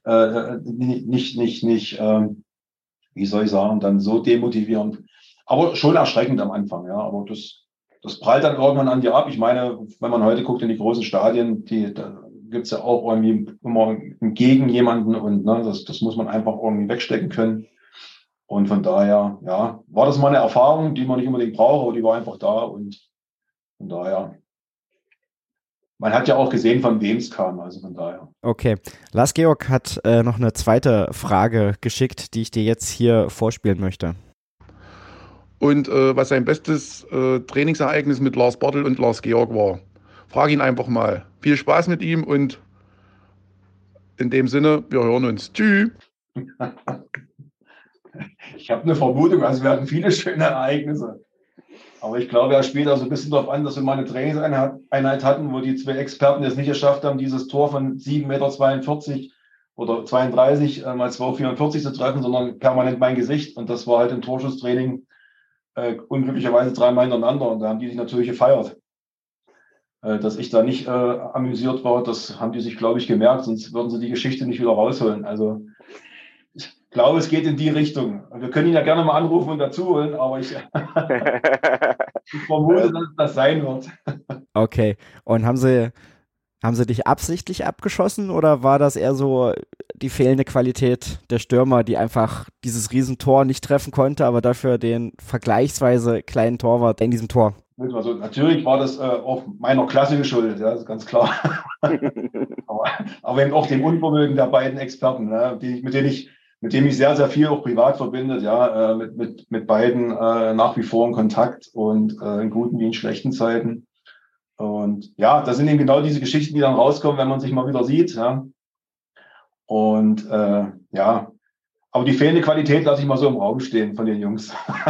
nicht wie soll ich sagen, dann so demotivierend. Aber schon erschreckend am Anfang, ja. Aber das prallt dann irgendwann an dir ab. Ich meine, wenn man heute guckt in die großen Stadien, da gibt's ja auch irgendwie immer gegen jemanden und ne, das muss man einfach irgendwie wegstecken können. Und von daher, ja, war das mal eine Erfahrung, die man nicht unbedingt braucht, aber die war einfach da und von daher. Man hat ja auch gesehen, von wem es kam, also von daher. Okay, Lars Georg hat noch eine zweite Frage geschickt, die ich dir jetzt hier vorspielen möchte. Und was sein bestes Trainingsereignis mit Lars Bartel und Lars Georg war. Frag ihn einfach mal. Viel Spaß mit ihm und in dem Sinne, wir hören uns. Tschüss. Ich habe eine Vermutung, also wir hatten viele schöne Ereignisse. Aber ich glaube, er spielt also ein bisschen darauf an, dass wir mal eine Trainingseinheit hatten, wo die zwei Experten es nicht geschafft haben, dieses Tor von 7,42 Meter oder 32 mal 2,44 zu treffen, sondern permanent mein Gesicht. Und das war halt im Torschusstraining unglücklicherweise 3-mal hintereinander. Und da haben die sich natürlich gefeiert. Dass ich da nicht amüsiert war, das haben die sich, glaube ich, gemerkt, sonst würden sie die Geschichte nicht wieder rausholen. Also ich glaube, es geht in die Richtung. Wir können ihn ja gerne mal anrufen und dazu holen, aber ich vermute, dass das sein wird. Okay, und haben sie dich absichtlich abgeschossen oder war das eher so die fehlende Qualität der Stürmer, die einfach dieses Riesentor nicht treffen konnte, aber dafür den vergleichsweise kleinen Torwart in diesem Tor? Also natürlich war das auch meiner Klasse geschuldet, ja, das ist ganz klar. aber eben auch dem Unvermögen der beiden Experten, ne, mit denen ich sehr, sehr viel auch privat verbindet, ja, mit beiden nach wie vor in Kontakt und in guten wie in schlechten Zeiten. Und ja, das sind eben genau diese Geschichten, die dann rauskommen, wenn man sich mal wieder sieht. Ja. Und Aber die fehlende Qualität lasse ich mal so im Raum stehen von den Jungs.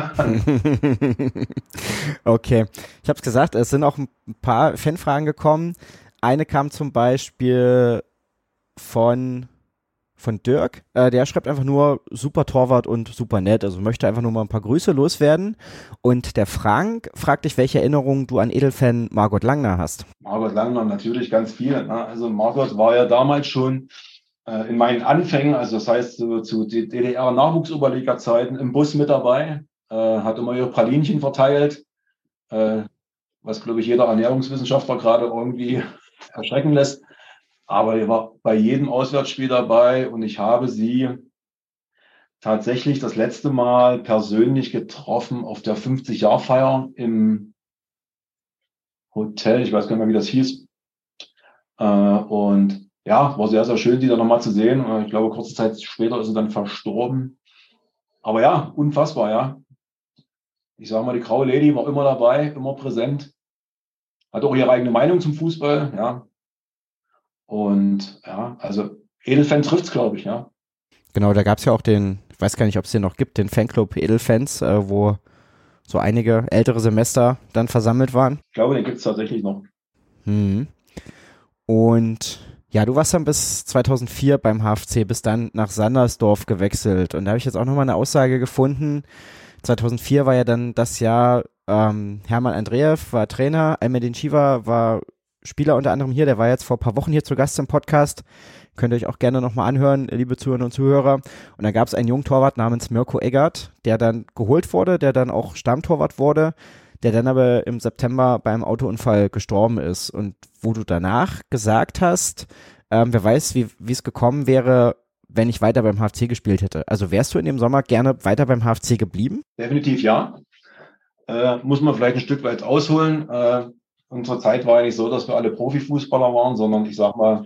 Okay, ich habe es gesagt, es sind auch ein paar Fanfragen gekommen. Eine kam zum Beispiel von Dirk. Der schreibt einfach nur super Torwart und super nett. Also möchte einfach nur mal ein paar Grüße loswerden. Und der Frank fragt dich, welche Erinnerungen du an Edelfan Margot Langner hast. Margot Langner natürlich ganz viel. Ne? Also Margot war ja damals schon in meinen Anfängen, also das heißt zu DDR-Nachwuchsoberliga-Zeiten im Bus mit dabei, hat immer ihre Pralinchen verteilt, was, glaube ich, jeder Ernährungswissenschaftler gerade irgendwie erschrecken lässt. Aber er war bei jedem Auswärtsspiel dabei und ich habe sie tatsächlich das letzte Mal persönlich getroffen auf der 50-Jahr-Feier im Hotel. Ich weiß gar nicht mehr, wie das hieß. Und ja, war sehr, sehr schön, die da nochmal zu sehen. Ich glaube, kurze Zeit später ist sie dann verstorben. Aber ja, unfassbar, ja. Ich sage mal, die graue Lady war immer dabei, immer präsent. Hat auch ihre eigene Meinung zum Fußball, ja. Und ja, also Edelfan trifft's, glaube ich, ja. Genau, da gab es ja auch ich weiß gar nicht, ob es den noch gibt, den Fanclub Edelfans, wo so einige ältere Semester dann versammelt waren. Ich glaube, den gibt's tatsächlich noch. Und ja, du warst dann bis 2004 beim HFC, bist dann nach Sandersdorf gewechselt. Und da habe ich jetzt auch nochmal eine Aussage gefunden. 2004 war ja dann das Jahr, Hermann Andreev war Trainer, Almedin Shiva war Spieler unter anderem hier, der war jetzt vor ein paar Wochen hier zu Gast im Podcast. Könnt ihr euch auch gerne nochmal anhören, liebe Zuhörerinnen und Zuhörer. Und dann gab es einen jungen Torwart namens Mirko Eggert, der dann geholt wurde, der dann auch Stammtorwart wurde, der dann aber im September beim Autounfall gestorben ist. Und wo du danach gesagt hast, wer weiß, wie es gekommen wäre, wenn ich weiter beim HFC gespielt hätte. Also wärst du in dem Sommer gerne weiter beim HFC geblieben? Definitiv ja. Muss man vielleicht ein Stück weit ausholen. Unsere Zeit war ja nicht so, dass wir alle Profifußballer waren, sondern ich sag mal,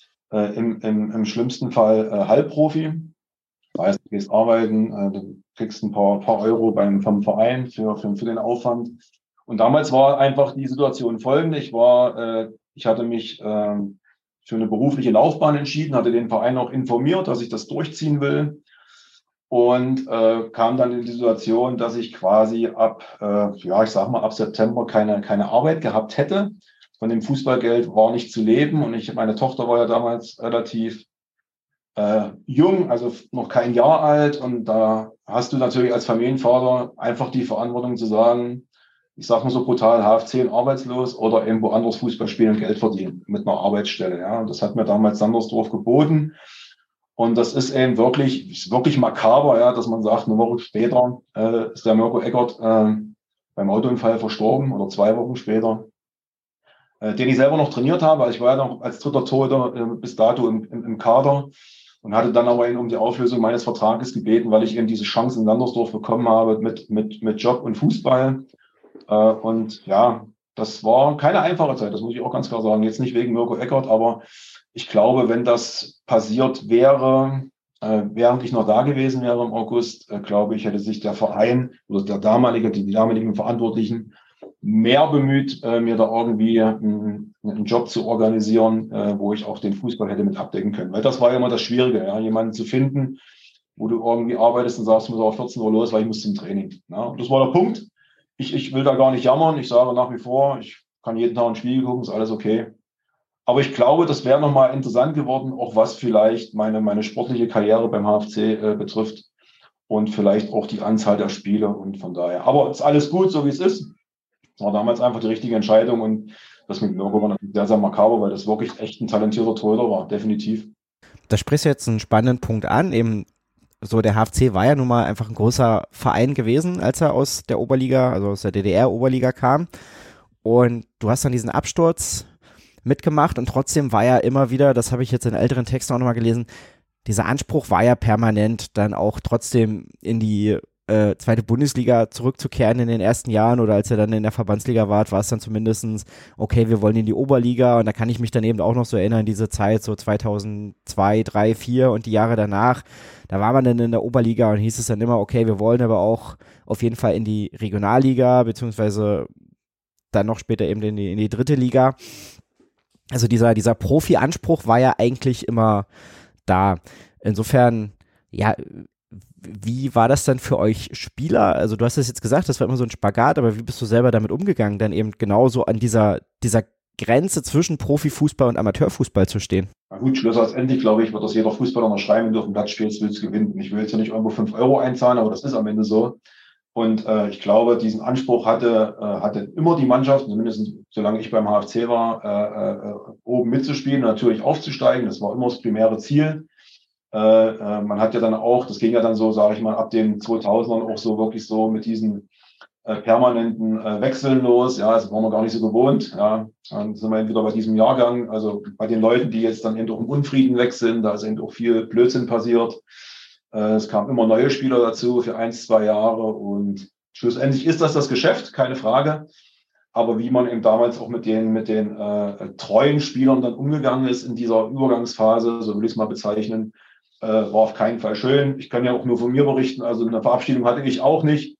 im schlimmsten Fall Halbprofi. Das heißt, du gehst arbeiten, du kriegst ein paar Euro vom Verein für den Aufwand. Und damals war einfach die Situation folgende. Ich hatte mich für eine berufliche Laufbahn entschieden, hatte den Verein auch informiert, dass ich das durchziehen will. Und kam dann in die Situation, dass ich quasi ab September keine Arbeit gehabt hätte. Von dem Fußballgeld war nicht zu leben. Und meine Tochter war ja damals relativ jung, also noch kein Jahr alt. Und da hast du natürlich als Familienvater einfach die Verantwortung zu sagen, ich sage mal so brutal, HFC arbeitslos oder irgendwo anders Fußball spielen und Geld verdienen mit einer Arbeitsstelle. Ja, und das hat mir damals Sandersdorf geboten. Und das ist eben wirklich makaber, ja, dass man sagt, eine Woche später ist der Mirko Eggert beim Autounfall verstorben oder 2 Wochen später, den ich selber noch trainiert habe. Also ich war ja noch als dritter Torhüter bis dato im Kader und hatte dann aber eben um die Auflösung meines Vertrages gebeten, weil ich eben diese Chance in Sandersdorf bekommen habe mit Job und Fußball. Und ja, das war keine einfache Zeit, das muss ich auch ganz klar sagen. Jetzt nicht wegen Mirko Eggert, aber ich glaube, wenn das passiert wäre, während ich noch da gewesen wäre im August, glaube ich, hätte sich der Verein oder die damaligen Verantwortlichen mehr bemüht, mir da irgendwie einen Job zu organisieren, wo ich auch den Fußball hätte mit abdecken können. Weil das war ja immer das Schwierige, ja, jemanden zu finden, wo du irgendwie arbeitest und sagst, du musst auch 14 Uhr los, weil ich muss zum Training. Ja, und das war der Punkt. Ich will da gar nicht jammern. Ich sage nach wie vor, ich kann jeden Tag ins Spiel gucken, ist alles okay. Aber ich glaube, das wäre nochmal interessant geworden, auch was vielleicht meine sportliche Karriere beim HFC betrifft und vielleicht auch die Anzahl der Spiele und von daher. Aber ist alles gut, so wie es ist. War damals einfach die richtige Entscheidung und das mit Mirko war natürlich sehr, sehr makaber, weil das wirklich echt ein talentierter Torhüter war, definitiv. Da sprichst du jetzt einen spannenden Punkt an, eben so der HFC war ja nun mal einfach ein großer Verein gewesen, als er aus der Oberliga, also aus der DDR-Oberliga kam und du hast dann diesen Absturz mitgemacht und trotzdem war ja immer wieder, das habe ich jetzt in älteren Texten auch nochmal gelesen, dieser Anspruch war ja permanent dann auch trotzdem in die zweite Bundesliga zurückzukehren in den ersten Jahren oder als er dann in der Verbandsliga war es dann zumindestens okay, wir wollen in die Oberliga und da kann ich mich dann eben auch noch so erinnern, diese Zeit so 2002, 2003, 2004 und die Jahre danach, da war man dann in der Oberliga und hieß es dann immer, okay, wir wollen aber auch auf jeden Fall in die Regionalliga, beziehungsweise dann noch später eben in die dritte Liga. Also dieser Profi-Anspruch war ja eigentlich immer da. Insofern, ja, wie war das dann für euch Spieler? Also du hast es jetzt gesagt, das war immer so ein Spagat, aber wie bist du selber damit umgegangen, dann eben genauso an dieser Grenze zwischen Profifußball und Amateurfußball zu stehen? Na gut, schlussendlich, glaube ich, wird das jeder Fußballer unterschreiben, wenn du auf dem Platz spielst, willst du gewinnen. Ich will jetzt ja nicht irgendwo 5 Euro einzahlen, aber das ist am Ende so. Und ich glaube, diesen Anspruch hatte immer die Mannschaft, zumindest solange ich beim HFC war, oben mitzuspielen und natürlich aufzusteigen. Das war immer das primäre Ziel. Man hat ja dann auch, das ging ja dann so, sage ich mal, ab den 2000ern auch so wirklich so mit diesen permanenten Wechseln los. Ja, das waren wir gar nicht so gewohnt. Ja, dann sind wir eben wieder bei diesem Jahrgang, also bei den Leuten, die jetzt dann eben auch im Unfrieden wechseln, da ist eben auch viel Blödsinn passiert. Es kamen immer neue Spieler dazu für 1, 2 Jahre und schlussendlich ist das Geschäft, keine Frage. Aber wie man eben damals auch mit den treuen Spielern dann umgegangen ist in dieser Übergangsphase, so will ich es mal bezeichnen, war auf keinen Fall schön. Ich kann ja auch nur von mir berichten, also eine Verabschiedung hatte ich auch nicht.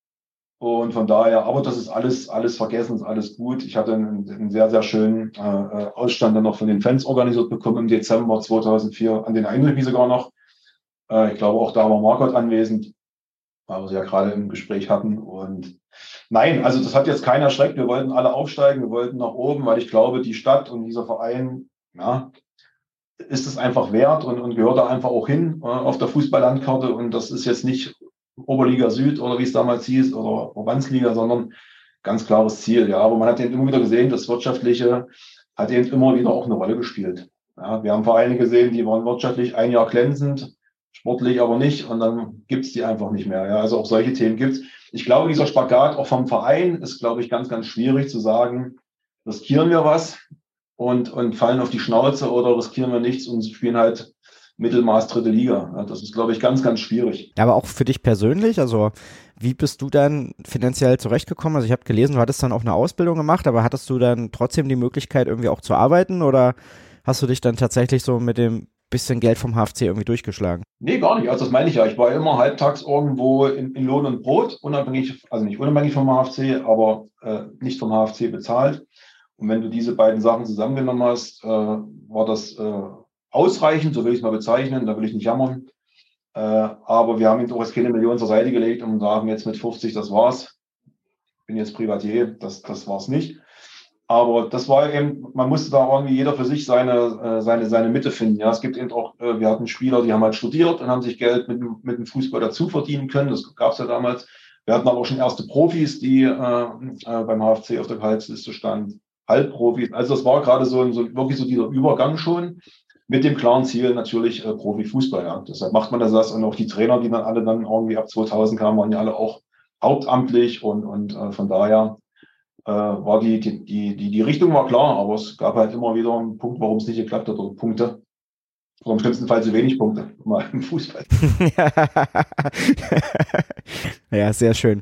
Und von daher, aber das ist alles vergessen, ist alles gut. Ich hatte einen sehr, sehr schönen Ausstand dann noch von den Fans organisiert bekommen im Dezember 2004. An den erinnere ich mich sogar noch. Ich glaube, auch da war Margot anwesend, weil wir sie ja gerade im Gespräch hatten. Und nein, also das hat jetzt keinen erschreckt. Wir wollten alle aufsteigen, wir wollten nach oben, weil ich glaube, die Stadt und dieser Verein, ja, ist es einfach wert und gehört da einfach auch hin auf der Fußballlandkarte. Und das ist jetzt nicht Oberliga Süd oder wie es damals hieß oder Verbandsliga, sondern ganz klares Ziel. Ja, aber man hat eben immer wieder gesehen, das Wirtschaftliche hat eben immer wieder auch eine Rolle gespielt. Ja, wir haben Vereine gesehen, die waren wirtschaftlich ein Jahr glänzend, sportlich aber nicht und dann gibt's die einfach nicht mehr. Ja, also auch solche Themen gibt's. Ich glaube, dieser Spagat auch vom Verein ist, glaube ich, ganz, ganz schwierig zu sagen, riskieren wir was und fallen auf die Schnauze oder riskieren wir nichts und spielen halt Mittelmaß dritte Liga. Ja, das ist, glaube ich, ganz, ganz schwierig. Ja, aber auch für dich persönlich, also wie bist du dann finanziell zurechtgekommen? Also ich habe gelesen, du hattest dann auch eine Ausbildung gemacht, aber hattest du dann trotzdem die Möglichkeit, irgendwie auch zu arbeiten oder hast du dich dann tatsächlich so mit dem bisschen Geld vom HFC irgendwie durchgeschlagen? Nee, gar nicht. Also das meine ich ja. Ich war immer halbtags irgendwo in Lohn und Brot, unabhängig, also nicht unabhängig vom HFC, aber nicht vom HFC bezahlt. Und wenn du diese beiden Sachen zusammengenommen hast, war das ausreichend, so will ich es mal bezeichnen, da will ich nicht jammern. Aber wir haben jetzt auch jetzt keine Millionen zur Seite gelegt und sagen jetzt mit 50, das war's. Ich bin jetzt Privatier, das war's nicht. Aber das war eben, man musste da irgendwie jeder für sich seine Mitte finden. Ja, es gibt eben auch, wir hatten Spieler, die haben halt studiert und haben sich Geld mit dem Fußball dazu verdienen können. Das gab's ja damals. Wir hatten aber auch schon erste Profis, die beim HFC auf der Gehaltsliste standen. Halbprofis. Also das war gerade so wirklich so dieser Übergang schon. Mit dem klaren Ziel natürlich Profifußball. Ja. Deshalb macht man das und auch die Trainer, die dann alle dann irgendwie ab 2000 kamen, waren ja alle auch hauptamtlich und von daher war die Richtung war klar, aber es gab halt immer wieder einen Punkt, warum es nicht geklappt hat oder Punkte. Oder im schlimmsten Fall zu wenig Punkte mal im Fußball. Ja, sehr schön.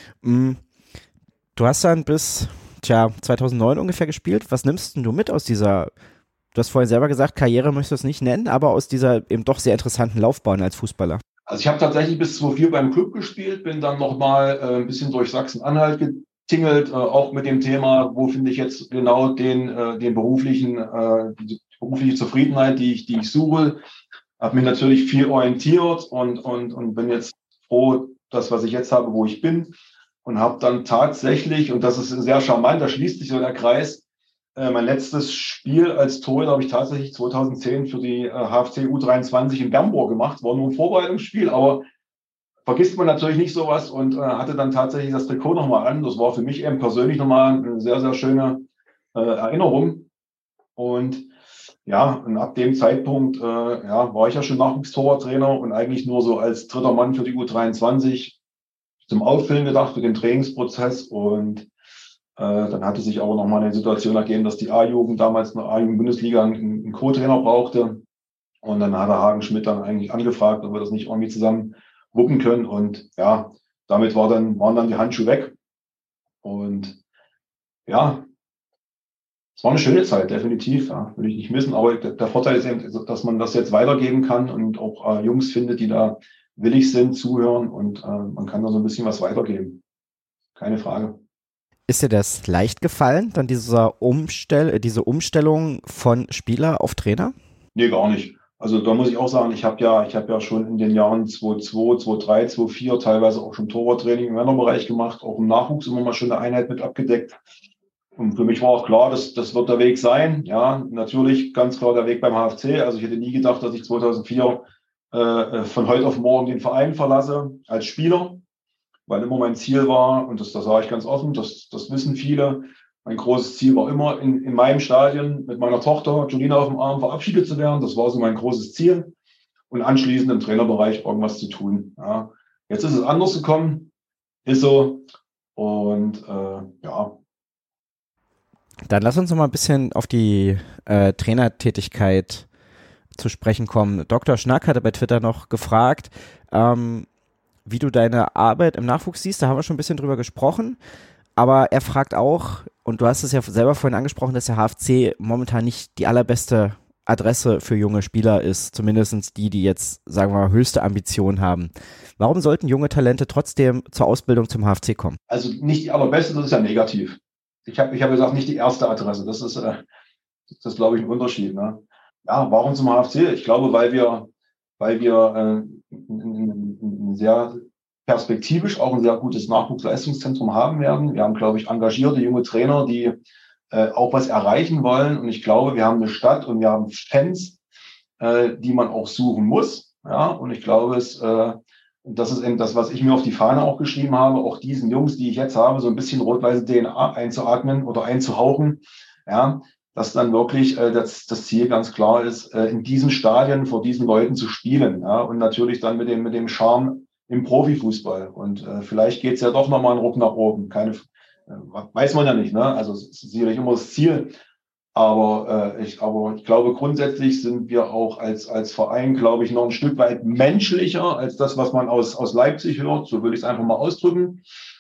Du hast dann bis 2009 ungefähr gespielt. Was nimmst denn du mit aus dieser, du hast vorhin selber gesagt, Karriere möchtest du es nicht nennen, aber aus dieser eben doch sehr interessanten Laufbahn als Fußballer? Also ich habe tatsächlich bis 2004 beim Club gespielt, bin dann nochmal ein bisschen durch Sachsen-Anhalt getingelt, auch mit dem Thema, wo finde ich jetzt genau die berufliche Zufriedenheit, die ich suche. Habe mich natürlich viel orientiert und bin jetzt froh, das, was ich jetzt habe, wo ich bin. Und habe dann tatsächlich, und das ist sehr charmant, da schließt sich so der Kreis, mein letztes Spiel als Torhüter habe ich tatsächlich 2010 für die HFC U23 in Bernburg gemacht. War nur ein Vorbereitungsspiel, aber vergisst man natürlich nicht sowas und hatte dann tatsächlich das Trikot nochmal an. Das war für mich eben persönlich nochmal eine sehr, sehr schöne Erinnerung. Und ja, und ab dem Zeitpunkt war ich ja schon Nachwuchstorwarttrainer und eigentlich nur so als dritter Mann für die U23 zum Auffüllen gedacht für den Trainingsprozess und dann hatte sich aber nochmal eine Situation ergeben, dass die A-Jugend damals in der A-Jugend-Bundesliga einen Co-Trainer brauchte und dann hat der Hagen Schmidt dann eigentlich angefragt, ob wir das nicht irgendwie zusammen wuppen können und ja, damit waren dann die Handschuhe weg und ja, es war eine schöne Zeit, definitiv, ja, will ich nicht missen, aber der Vorteil ist eben, dass man das jetzt weitergeben kann und auch Jungs findet, die da willig sind, zuhören und man kann da so ein bisschen was weitergeben. Keine Frage. Ist dir das leicht gefallen, dann diese Umstellung von Spieler auf Trainer? Nee, gar nicht. Also da muss ich auch sagen, ich habe ja schon in den Jahren 2002, 2003, 2004 teilweise auch schon Torwarttraining im Männerbereich gemacht, auch im Nachwuchs immer mal schon eine Einheit mit abgedeckt. Und für mich war auch klar, das wird der Weg sein. Ja, natürlich ganz klar der Weg beim HFC. Also ich hätte nie gedacht, dass ich 2004 von heute auf morgen den Verein verlasse als Spieler, weil immer mein Ziel war, und das sage ich ganz offen, das wissen viele, mein großes Ziel war immer, in meinem Stadion mit meiner Tochter Julina auf dem Arm verabschiedet zu werden. Das war so mein großes Ziel. Und anschließend im Trainerbereich irgendwas zu tun. Ja. Jetzt ist es anders gekommen, ist so. Und ja. Dann lass uns noch mal ein bisschen auf die Trainertätigkeit zu sprechen kommen. Dr. Schnack hatte bei Twitter noch gefragt, wie du deine Arbeit im Nachwuchs siehst. Da haben wir schon ein bisschen drüber gesprochen. Aber er fragt auch, und du hast es ja selber vorhin angesprochen, dass der HFC momentan nicht die allerbeste Adresse für junge Spieler ist, zumindest die jetzt, sagen wir mal, höchste Ambitionen haben. Warum sollten junge Talente trotzdem zur Ausbildung zum HFC kommen? Also nicht die allerbeste, das ist ja negativ. Ich hab gesagt, nicht die erste Adresse. Das ist, glaube ich, ein Unterschied. Ne? Ja, warum zum HFC? Ich glaube, weil wir ein sehr perspektivisch auch ein sehr gutes Nachwuchsleistungszentrum haben werden. Wir haben, glaube ich, engagierte junge Trainer, die auch was erreichen wollen. Und ich glaube, wir haben eine Stadt und wir haben Fans, die man auch suchen muss. Ja, und ich glaube, das ist eben das, was ich mir auf die Fahne auch geschrieben habe, auch diesen Jungs, die ich jetzt habe, so ein bisschen rot-weiße DNA einzuatmen oder einzuhauchen. Ja, dass dann wirklich das Ziel ganz klar ist, in diesen Stadien vor diesen Leuten zu spielen. Ja, und natürlich dann mit dem Charme im Profifußball. Und vielleicht geht's ja doch nochmal einen Ruck nach oben. Weiß man ja nicht, ne? Also es ist sicherlich immer das Ziel. Aber ich glaube, grundsätzlich sind wir auch als Verein, glaube ich, noch ein Stück weit menschlicher als das, was man aus Leipzig hört. So würde ich es einfach mal ausdrücken.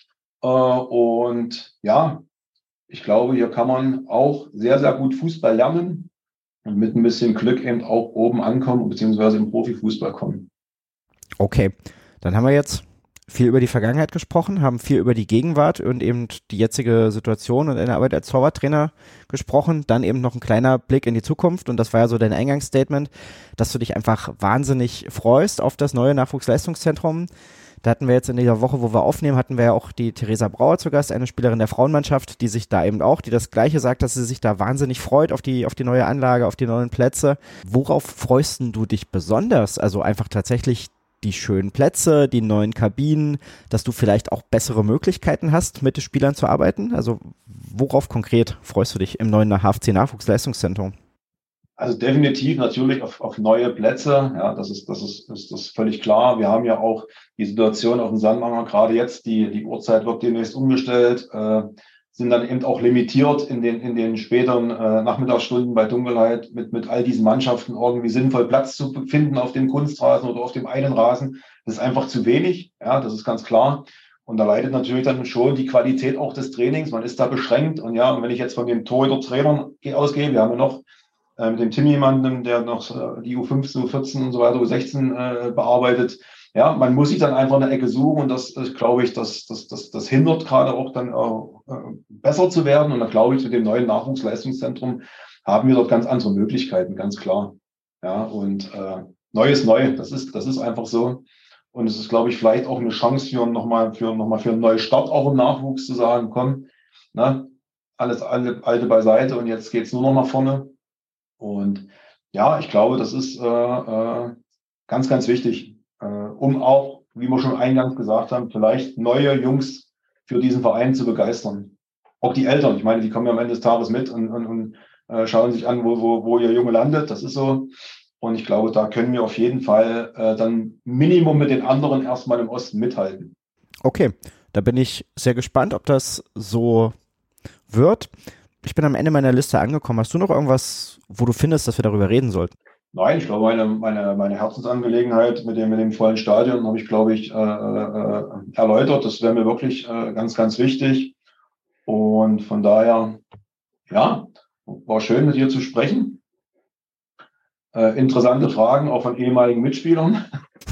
Und ja, ich glaube, hier kann man auch sehr, sehr gut Fußball lernen und mit ein bisschen Glück eben auch oben ankommen, beziehungsweise im Profifußball kommen. Okay, dann haben wir jetzt viel über die Vergangenheit gesprochen, haben viel über die Gegenwart und eben die jetzige Situation und deine Arbeit als Torwarttrainer gesprochen, dann eben noch ein kleiner Blick in die Zukunft und das war ja so dein Eingangsstatement, dass du dich einfach wahnsinnig freust auf das neue Nachwuchsleistungszentrum. Da hatten wir jetzt in dieser Woche, wo wir aufnehmen, hatten wir ja auch die Theresa Brauer zu Gast, eine Spielerin der Frauenmannschaft, die sich da eben auch, die das Gleiche sagt, dass sie sich da wahnsinnig freut auf die neue Anlage, auf die neuen Plätze. Worauf freust du dich besonders? Also einfach tatsächlich die schönen Plätze, die neuen Kabinen, dass du vielleicht auch bessere Möglichkeiten hast, mit den Spielern zu arbeiten? Also worauf konkret freust du dich im neuen HFC-Nachwuchsleistungszentrum? Also definitiv natürlich auf neue Plätze. Ja, das ist völlig klar. Wir haben ja auch die Situation auf dem Sandmanger, gerade jetzt, die Uhrzeit wird demnächst umgestellt, sind dann eben auch limitiert in den späteren Nachmittagsstunden bei Dunkelheit mit all diesen Mannschaften irgendwie sinnvoll Platz zu finden auf dem Kunstrasen oder auf dem einen Rasen. Das ist einfach zu wenig. Ja, das ist ganz klar. Und da leidet natürlich dann schon die Qualität auch des Trainings. Man ist da beschränkt. Und ja, und wenn ich jetzt von den Torhüter-Trainern ausgehe, wir haben ja noch mit dem Tim jemanden, der noch die U15, U14 und so weiter, U16 bearbeitet. Ja, man muss sich dann einfach eine Ecke suchen und das glaube ich, das hindert gerade auch dann besser zu werden. Und da glaube ich, mit dem neuen Nachwuchsleistungszentrum haben wir dort ganz andere Möglichkeiten, ganz klar. Ja, und neu ist neu. Das ist einfach so. Und es ist, glaube ich, vielleicht auch eine Chance für einen neuen Start auch im Nachwuchs zu sagen, komm, ne, alles alte beiseite und jetzt geht's nur noch nach vorne. Und ja, ich glaube, das ist ganz, ganz wichtig, um auch, wie wir schon eingangs gesagt haben, vielleicht neue Jungs für diesen Verein zu begeistern. Auch die Eltern, ich meine, die kommen ja am Ende des Tages mit und schauen sich an, wo ihr Junge landet. Das ist so. Und ich glaube, da können wir auf jeden Fall dann Minimum mit den anderen erstmal im Osten mithalten. Okay, da bin ich sehr gespannt, ob das so wird. Ich bin am Ende meiner Liste angekommen. Hast du noch irgendwas, wo du findest, dass wir darüber reden sollten? Nein, ich glaube, meine Herzensangelegenheit mit dem vollen Stadion habe ich, glaube ich, erläutert. Das wäre mir wirklich ganz, ganz wichtig. Und von daher, ja, war schön mit dir zu sprechen. Interessante Fragen auch von ehemaligen Mitspielern.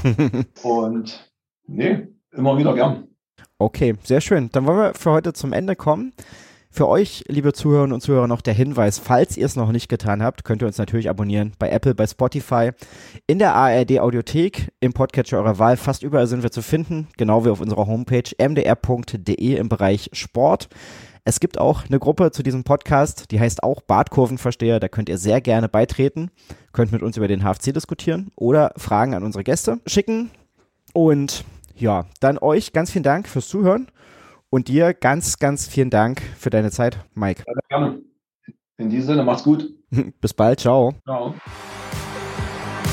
Und nee, immer wieder gern. Okay, sehr schön. Dann wollen wir für heute zum Ende kommen. Für euch, liebe Zuhörerinnen und Zuhörer, noch der Hinweis, falls ihr es noch nicht getan habt, könnt ihr uns natürlich abonnieren bei Apple, bei Spotify, in der ARD Audiothek, im Podcatcher eurer Wahl. Fast überall sind wir zu finden, genau wie auf unserer Homepage mdr.de im Bereich Sport. Es gibt auch eine Gruppe zu diesem Podcast, die heißt auch Bartkurvenversteher. Da könnt ihr sehr gerne beitreten, könnt mit uns über den HFC diskutieren oder Fragen an unsere Gäste schicken. Und ja, dann euch ganz vielen Dank fürs Zuhören. Und dir ganz, ganz vielen Dank für deine Zeit, Mike. Ja, gerne. In diesem Sinne, macht's gut. Bis bald, ciao. Ciao.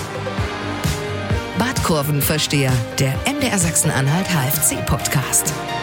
Bartkurvenversteher, der MDR Sachsen-Anhalt HFC-Podcast.